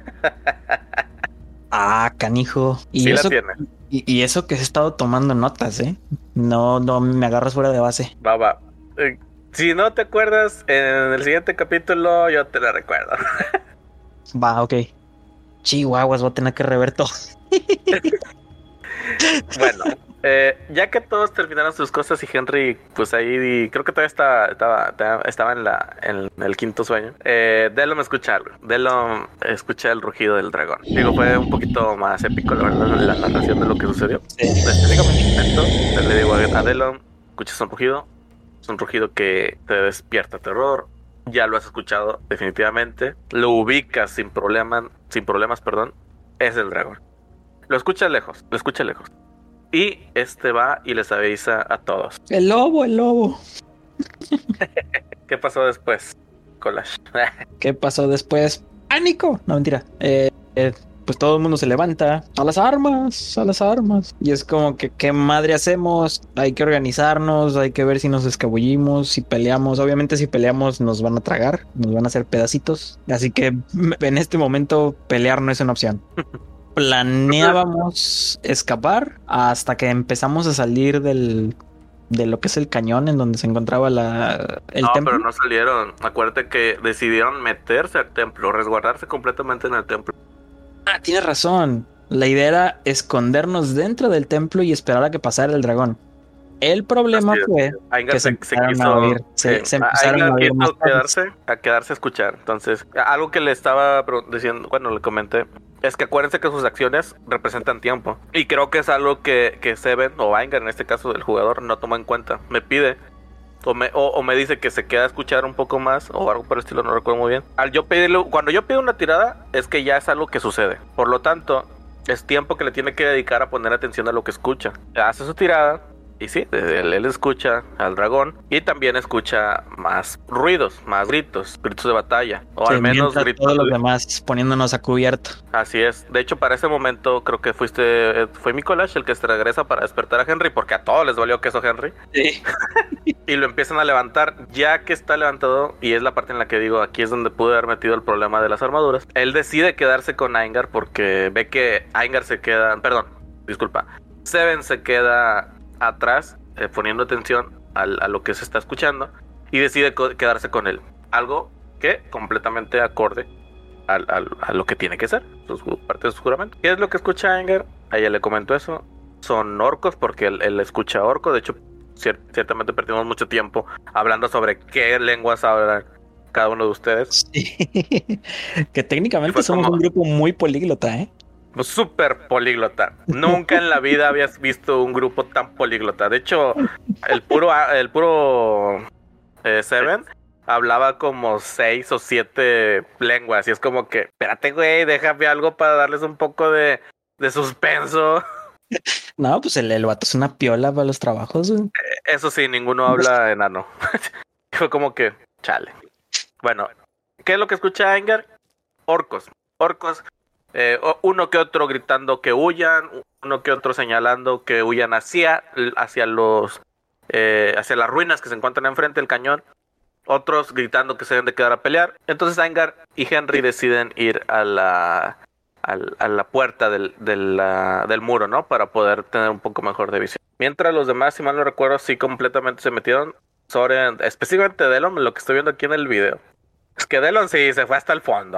Canijo. Y sí, eso, la tiene. Y eso que he estado tomando notas, No me agarras fuera de base. Va. Si no te acuerdas, en el siguiente capítulo yo te la recuerdo. Va, ok. Chihuahuas, voy a tener que rever todo. Bueno, ya que todos terminaron sus cosas y Henry, pues ahí creo que todavía estaba en el quinto sueño. Delon escucha algo. Delon escucha el rugido del dragón. Digo, fue un poquito más épico la narración de lo que sucedió. Específicamente, le digo a Delon, escuchas un rugido. Es un rugido que te despierta terror. Ya lo has escuchado definitivamente. Lo ubicas sin problemas, es el dragón. Lo escucha lejos. Y va y les avisa a todos. El lobo. ¿Qué pasó después, Kolash? ¿Qué pasó después? ¡Pánico! No, mentira. Pues todo el mundo se levanta. ¡A las armas! Y es como que, ¿qué madre hacemos? Hay que organizarnos, hay que ver si nos escabullimos, si peleamos. Obviamente si peleamos nos van a tragar, nos van a hacer pedacitos. Así que en este momento pelear no es una opción. Planeábamos escapar hasta que empezamos a salir de lo que es el cañón en donde se encontraba el templo. Pero no salieron. Acuérdate que decidieron meterse al templo, resguardarse completamente en el templo. Tienes razón. La idea era escondernos dentro del templo y esperar a que pasara el dragón. El problema fue Aingar que se quiso, empezaron a oír, se empezaron a oír más quedarse a escuchar. Entonces, algo que le estaba diciendo, bueno, le comenté, es que acuérdense que sus acciones representan tiempo. Y creo que es algo que Seven, o Aingar en este caso del jugador, no toma en cuenta. Me pide, o me dice que se queda a escuchar un poco más, o algo por el estilo, no recuerdo muy bien. Cuando yo pido una tirada, es que ya es algo que sucede. Por lo tanto, es tiempo que le tiene que dedicar a poner atención a lo que escucha. Hace su tirada. Y sí, él escucha al dragón y también escucha más ruidos, más gritos de batalla. O sí, al menos gritos. Todos los demás poniéndonos a cubierto. Así es. De hecho, para ese momento creo que fue Mikolash el que se regresa para despertar a Henry, porque a todos les valió queso Henry. Sí. Y lo empiezan a levantar. Ya que está levantado, y es la parte en la que digo, aquí es donde pude haber metido el problema de las armaduras. Él decide quedarse con Aingar porque ve que Aingar Seven se queda atrás, poniendo atención a lo que se está escuchando, y decide quedarse con él. Algo que completamente acorde a lo que tiene que ser, parte de su juramento. ¿Qué es lo que escucha Aingar? A ella le comento eso. Son orcos, porque él escucha orco. De hecho, ciertamente perdimos mucho tiempo hablando sobre qué lenguas hablan cada uno de ustedes. Sí. Que técnicamente somos un grupo muy políglota, ¿eh? Súper políglota. Nunca en la vida habías visto un grupo tan políglota. De hecho, el puro Seven hablaba como 6 o 7 lenguas. Y es como que, espérate, güey, déjame algo para darles un poco de suspenso. No, pues el vato es una piola para los trabajos, güey. Eso sí, ninguno habla enano. Fue como que, chale. Bueno, ¿qué es lo que escucha Aingar? Orcos. Uno que otro gritando que huyan, uno que otro señalando que huyan hacia las ruinas que se encuentran enfrente del cañón, otros gritando que se deben de quedar a pelear. Entonces Aingar y Henry deciden ir a la puerta del muro, ¿no? Para poder tener un poco mejor de visión. Mientras los demás, si mal no recuerdo, sí completamente se metieron. Soren, específicamente Delon, lo que estoy viendo aquí en el video, es que Delon sí se fue hasta el fondo.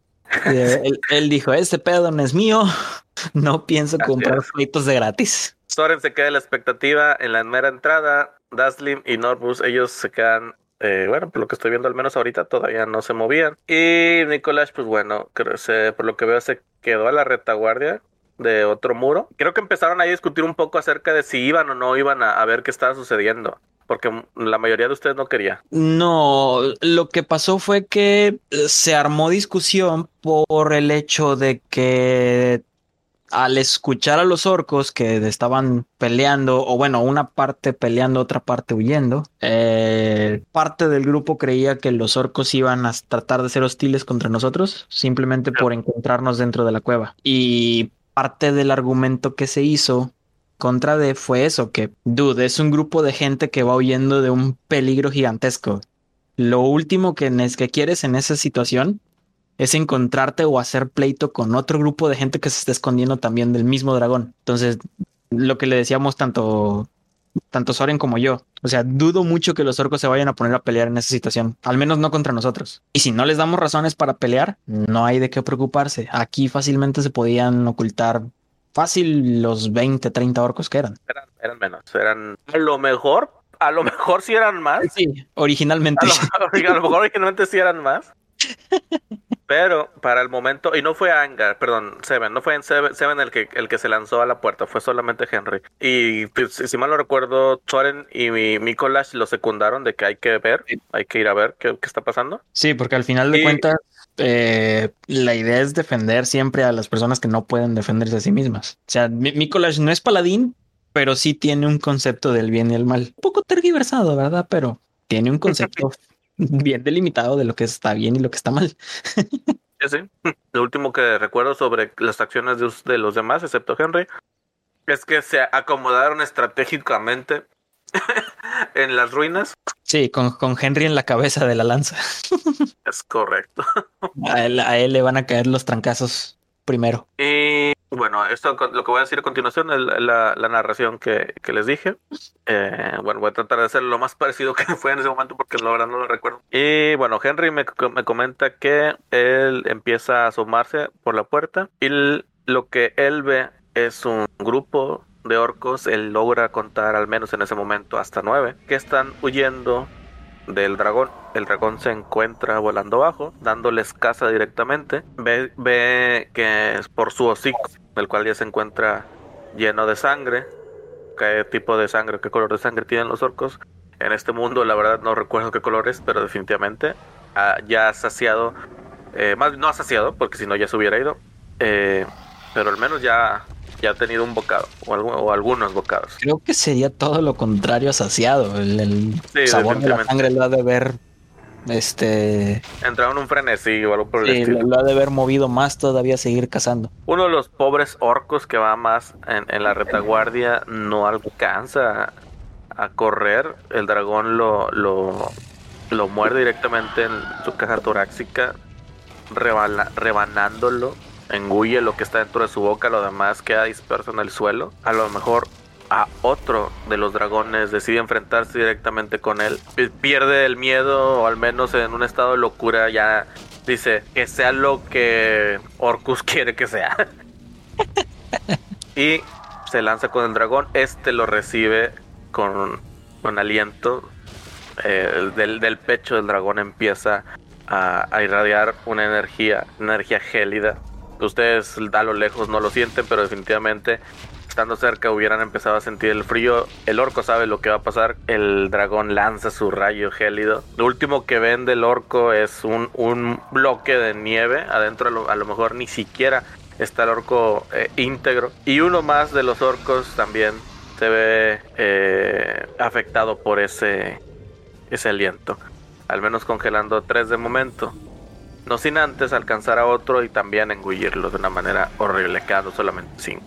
Él dijo, este pedo no es mío, no pienso comprar fleitos de gratis. Soren se queda en la expectativa en la mera entrada. Daslim y Norbus, ellos se quedan, bueno, por lo que estoy viendo al menos ahorita todavía no se movían. Y Mikolash, pues bueno, por lo que veo se quedó a la retaguardia de otro muro. Creo que empezaron ahí a discutir un poco acerca de si iban o no iban a ver qué estaba sucediendo, porque la mayoría de ustedes no quería. No, lo que pasó fue que se armó discusión por el hecho de que al escuchar a los orcos que estaban peleando, o bueno, una parte peleando, otra parte huyendo, parte del grupo creía que los orcos iban a tratar de ser hostiles contra nosotros, simplemente por encontrarnos dentro de la cueva. Y parte del argumento que se hizo contra D fue eso, que, dude, es un grupo de gente que va huyendo de un peligro gigantesco. Lo último que quieres en esa situación es encontrarte o hacer pleito con otro grupo de gente que se está escondiendo también del mismo dragón. Entonces, lo que le decíamos tanto Soren como yo, o sea, dudo mucho que los orcos se vayan a poner a pelear en esa situación, al menos no contra nosotros. Y si no les damos razones para pelear, no hay de qué preocuparse. Aquí fácilmente se podían ocultar fácil los 20, 30 orcos que eran. Eran menos, eran a lo mejor sí eran más. Sí, originalmente. A lo mejor originalmente sí eran más. Pero para el momento, y no fue Seven, no fue Seven el que se lanzó a la puerta, fue solamente Henry. Y pues, si mal no recuerdo, Soren y Mikolash lo secundaron de que hay que ir a ver qué está pasando. Sí, porque al final de cuentas, la idea es defender siempre a las personas que no pueden defenderse a sí mismas. O sea, Mikolash no es paladín, pero sí tiene un concepto del bien y el mal. Un poco tergiversado, ¿verdad? Pero tiene un concepto bien delimitado de lo que está bien y lo que está mal. Sí. Lo último que recuerdo sobre las acciones de los demás, excepto Henry, es que se acomodaron estratégicamente en las ruinas. Sí, con Henry en la cabeza de la lanza. Es correcto. A él le van a caer los trancazos primero. Y bueno, esto lo que voy a decir a continuación es la narración que les dije. Bueno, voy a tratar de hacer lo más parecido que fue en ese momento porque la verdad no lo recuerdo. Y bueno, Henry me comenta que él empieza a asomarse por la puerta y lo que él ve es un grupo de orcos. Él logra contar al menos en ese momento hasta 9 que están huyendo del dragón. El dragón se encuentra volando bajo, dándoles caza directamente. Ve que es por su hocico, el cual ya se encuentra lleno de sangre. ¿Qué tipo de sangre, qué color de sangre tienen los orcos? En este mundo, la verdad, no recuerdo qué color es, pero definitivamente ya ha saciado. Más no ha saciado, porque si no ya se hubiera ido. Pero al menos ya ha tenido un bocado, o algunos bocados. Creo que sería todo lo contrario a saciado. El Sí, sabor de la sangre lo ha de haber entraron en un frenesí o algo por el estilo. Lo ha de haber movido más todavía a seguir cazando. Uno de los pobres orcos que va más en la retaguardia no alcanza a correr. El dragón lo muerde directamente en su caja torácica, rebanándolo. Engulle lo que está dentro de su boca, lo demás queda disperso en el suelo. A lo mejor a otro de los dragones decide enfrentarse directamente con él. Pierde el miedo, o al menos en un estado de locura ya dice que sea lo que Orcus quiere que sea. Y se lanza con el dragón. Lo recibe con aliento. Del pecho del dragón empieza a irradiar una energía gélida. Ustedes a lo lejos no lo sienten, pero definitivamente estando cerca hubieran empezado a sentir el frío. El orco sabe lo que va a pasar. El dragón lanza su rayo gélido. Lo último que ven del orco es un bloque de nieve. Adentro a lo mejor ni siquiera está el orco íntegro. Y uno más de los orcos también se ve afectado por ese aliento. Al menos congelando 3 de momento. No sin antes alcanzar a otro y también engullirlo de una manera horrible, quedando solamente 5.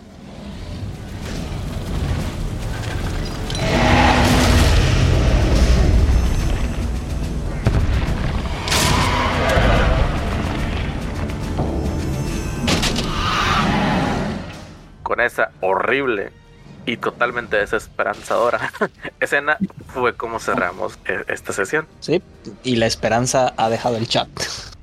Con esa horrible y totalmente desesperanzadora escena fue como cerramos esta sesión. Sí, y la esperanza ha dejado el chat.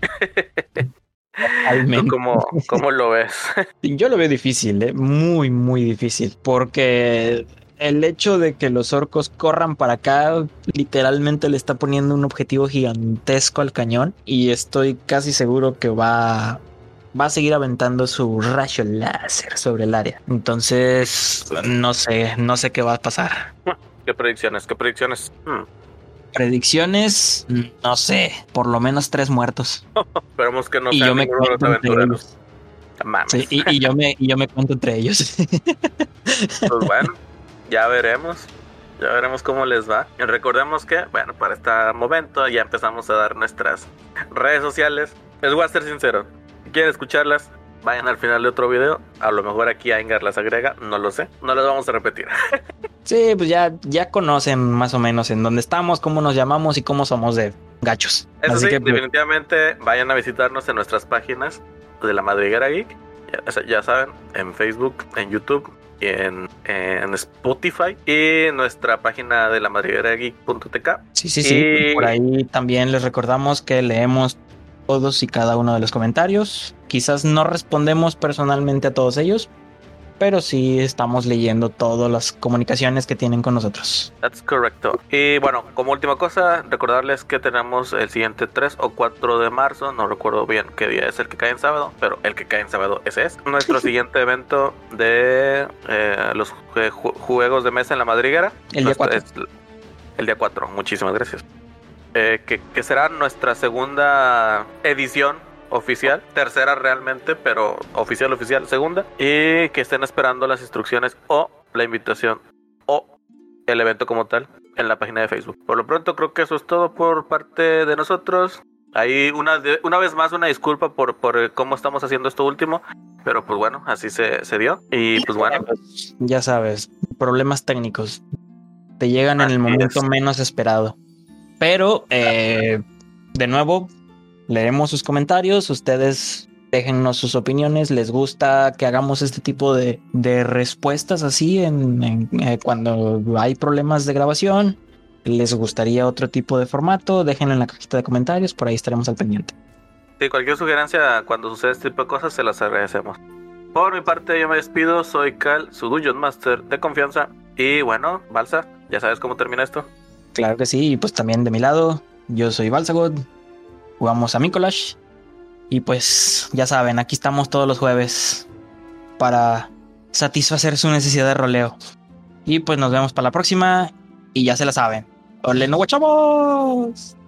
¿Tú cómo lo ves? Yo lo veo difícil, muy, muy difícil, porque el hecho de que los orcos corran para acá literalmente le está poniendo un objetivo gigantesco al cañón, y estoy casi seguro que va a seguir aventando su rayo láser sobre el área. Entonces, no sé qué va a pasar. ¿Qué predicciones? Predicciones, no sé, por lo menos 3 muertos. Esperemos que no sean ninguno de los aventureros. Sí, y yo me cuento entre ellos. Pues bueno, ya veremos cómo les va. Y recordemos que, bueno, para este momento ya empezamos a dar nuestras redes sociales. Les voy a ser sincero, si quieren escucharlas, vayan al final de otro video. A lo mejor aquí Aingar las agrega, no lo sé. No las vamos a repetir. Sí, pues ya conocen más o menos en dónde estamos, cómo nos llamamos y cómo somos de gachos. Eso así sí, que, definitivamente vayan a visitarnos en nuestras páginas de La Madriguera Geek. Ya saben, en Facebook, en YouTube y en Spotify. Y nuestra página de lamadriguerageek.tk. Sí. Y por ahí también les recordamos que leemos todos y cada uno de los comentarios. Quizás no respondemos personalmente a todos ellos, pero sí estamos leyendo todas las comunicaciones que tienen con nosotros. That's correcto. Y bueno, como última cosa, recordarles que tenemos el siguiente 3 o 4 de marzo, no recuerdo bien qué día es el que cae en sábado, pero el que cae en sábado ese es nuestro siguiente evento de los juegos de mesa en La Madriguera. El día 4. El día 4, muchísimas gracias. Que será nuestra segunda edición oficial, tercera realmente, pero oficial, segunda, y que estén esperando las instrucciones o la invitación o el evento como tal en la página de Facebook. Por lo pronto creo que eso es todo por parte de nosotros. Ahí una vez más una disculpa por cómo estamos haciendo esto último, pero pues bueno, así se dio. Y pues bueno, ya sabes, problemas técnicos te llegan en el momento menos esperado, pero de nuevo leeremos sus comentarios. Ustedes déjennos sus opiniones. ¿Les gusta que hagamos este tipo de respuestas así cuando hay problemas de grabación? ¿Les gustaría otro tipo de formato? Déjenlo en la cajita de comentarios, por ahí estaremos al pendiente. Sí, cualquier sugerencia cuando sucede este tipo de cosas se las agradecemos. Por mi parte yo me despido, soy Cal, su Dungeon Master de confianza. Y bueno, Balsa, ¿ya sabes cómo termina esto? Claro que sí, y pues también de mi lado, yo soy Balsagod, jugamos a Mikolash. Y pues ya saben, aquí estamos todos los jueves para satisfacer su necesidad de roleo. Y pues nos vemos para la próxima y ya se la saben. ¡Ole, no guachamos!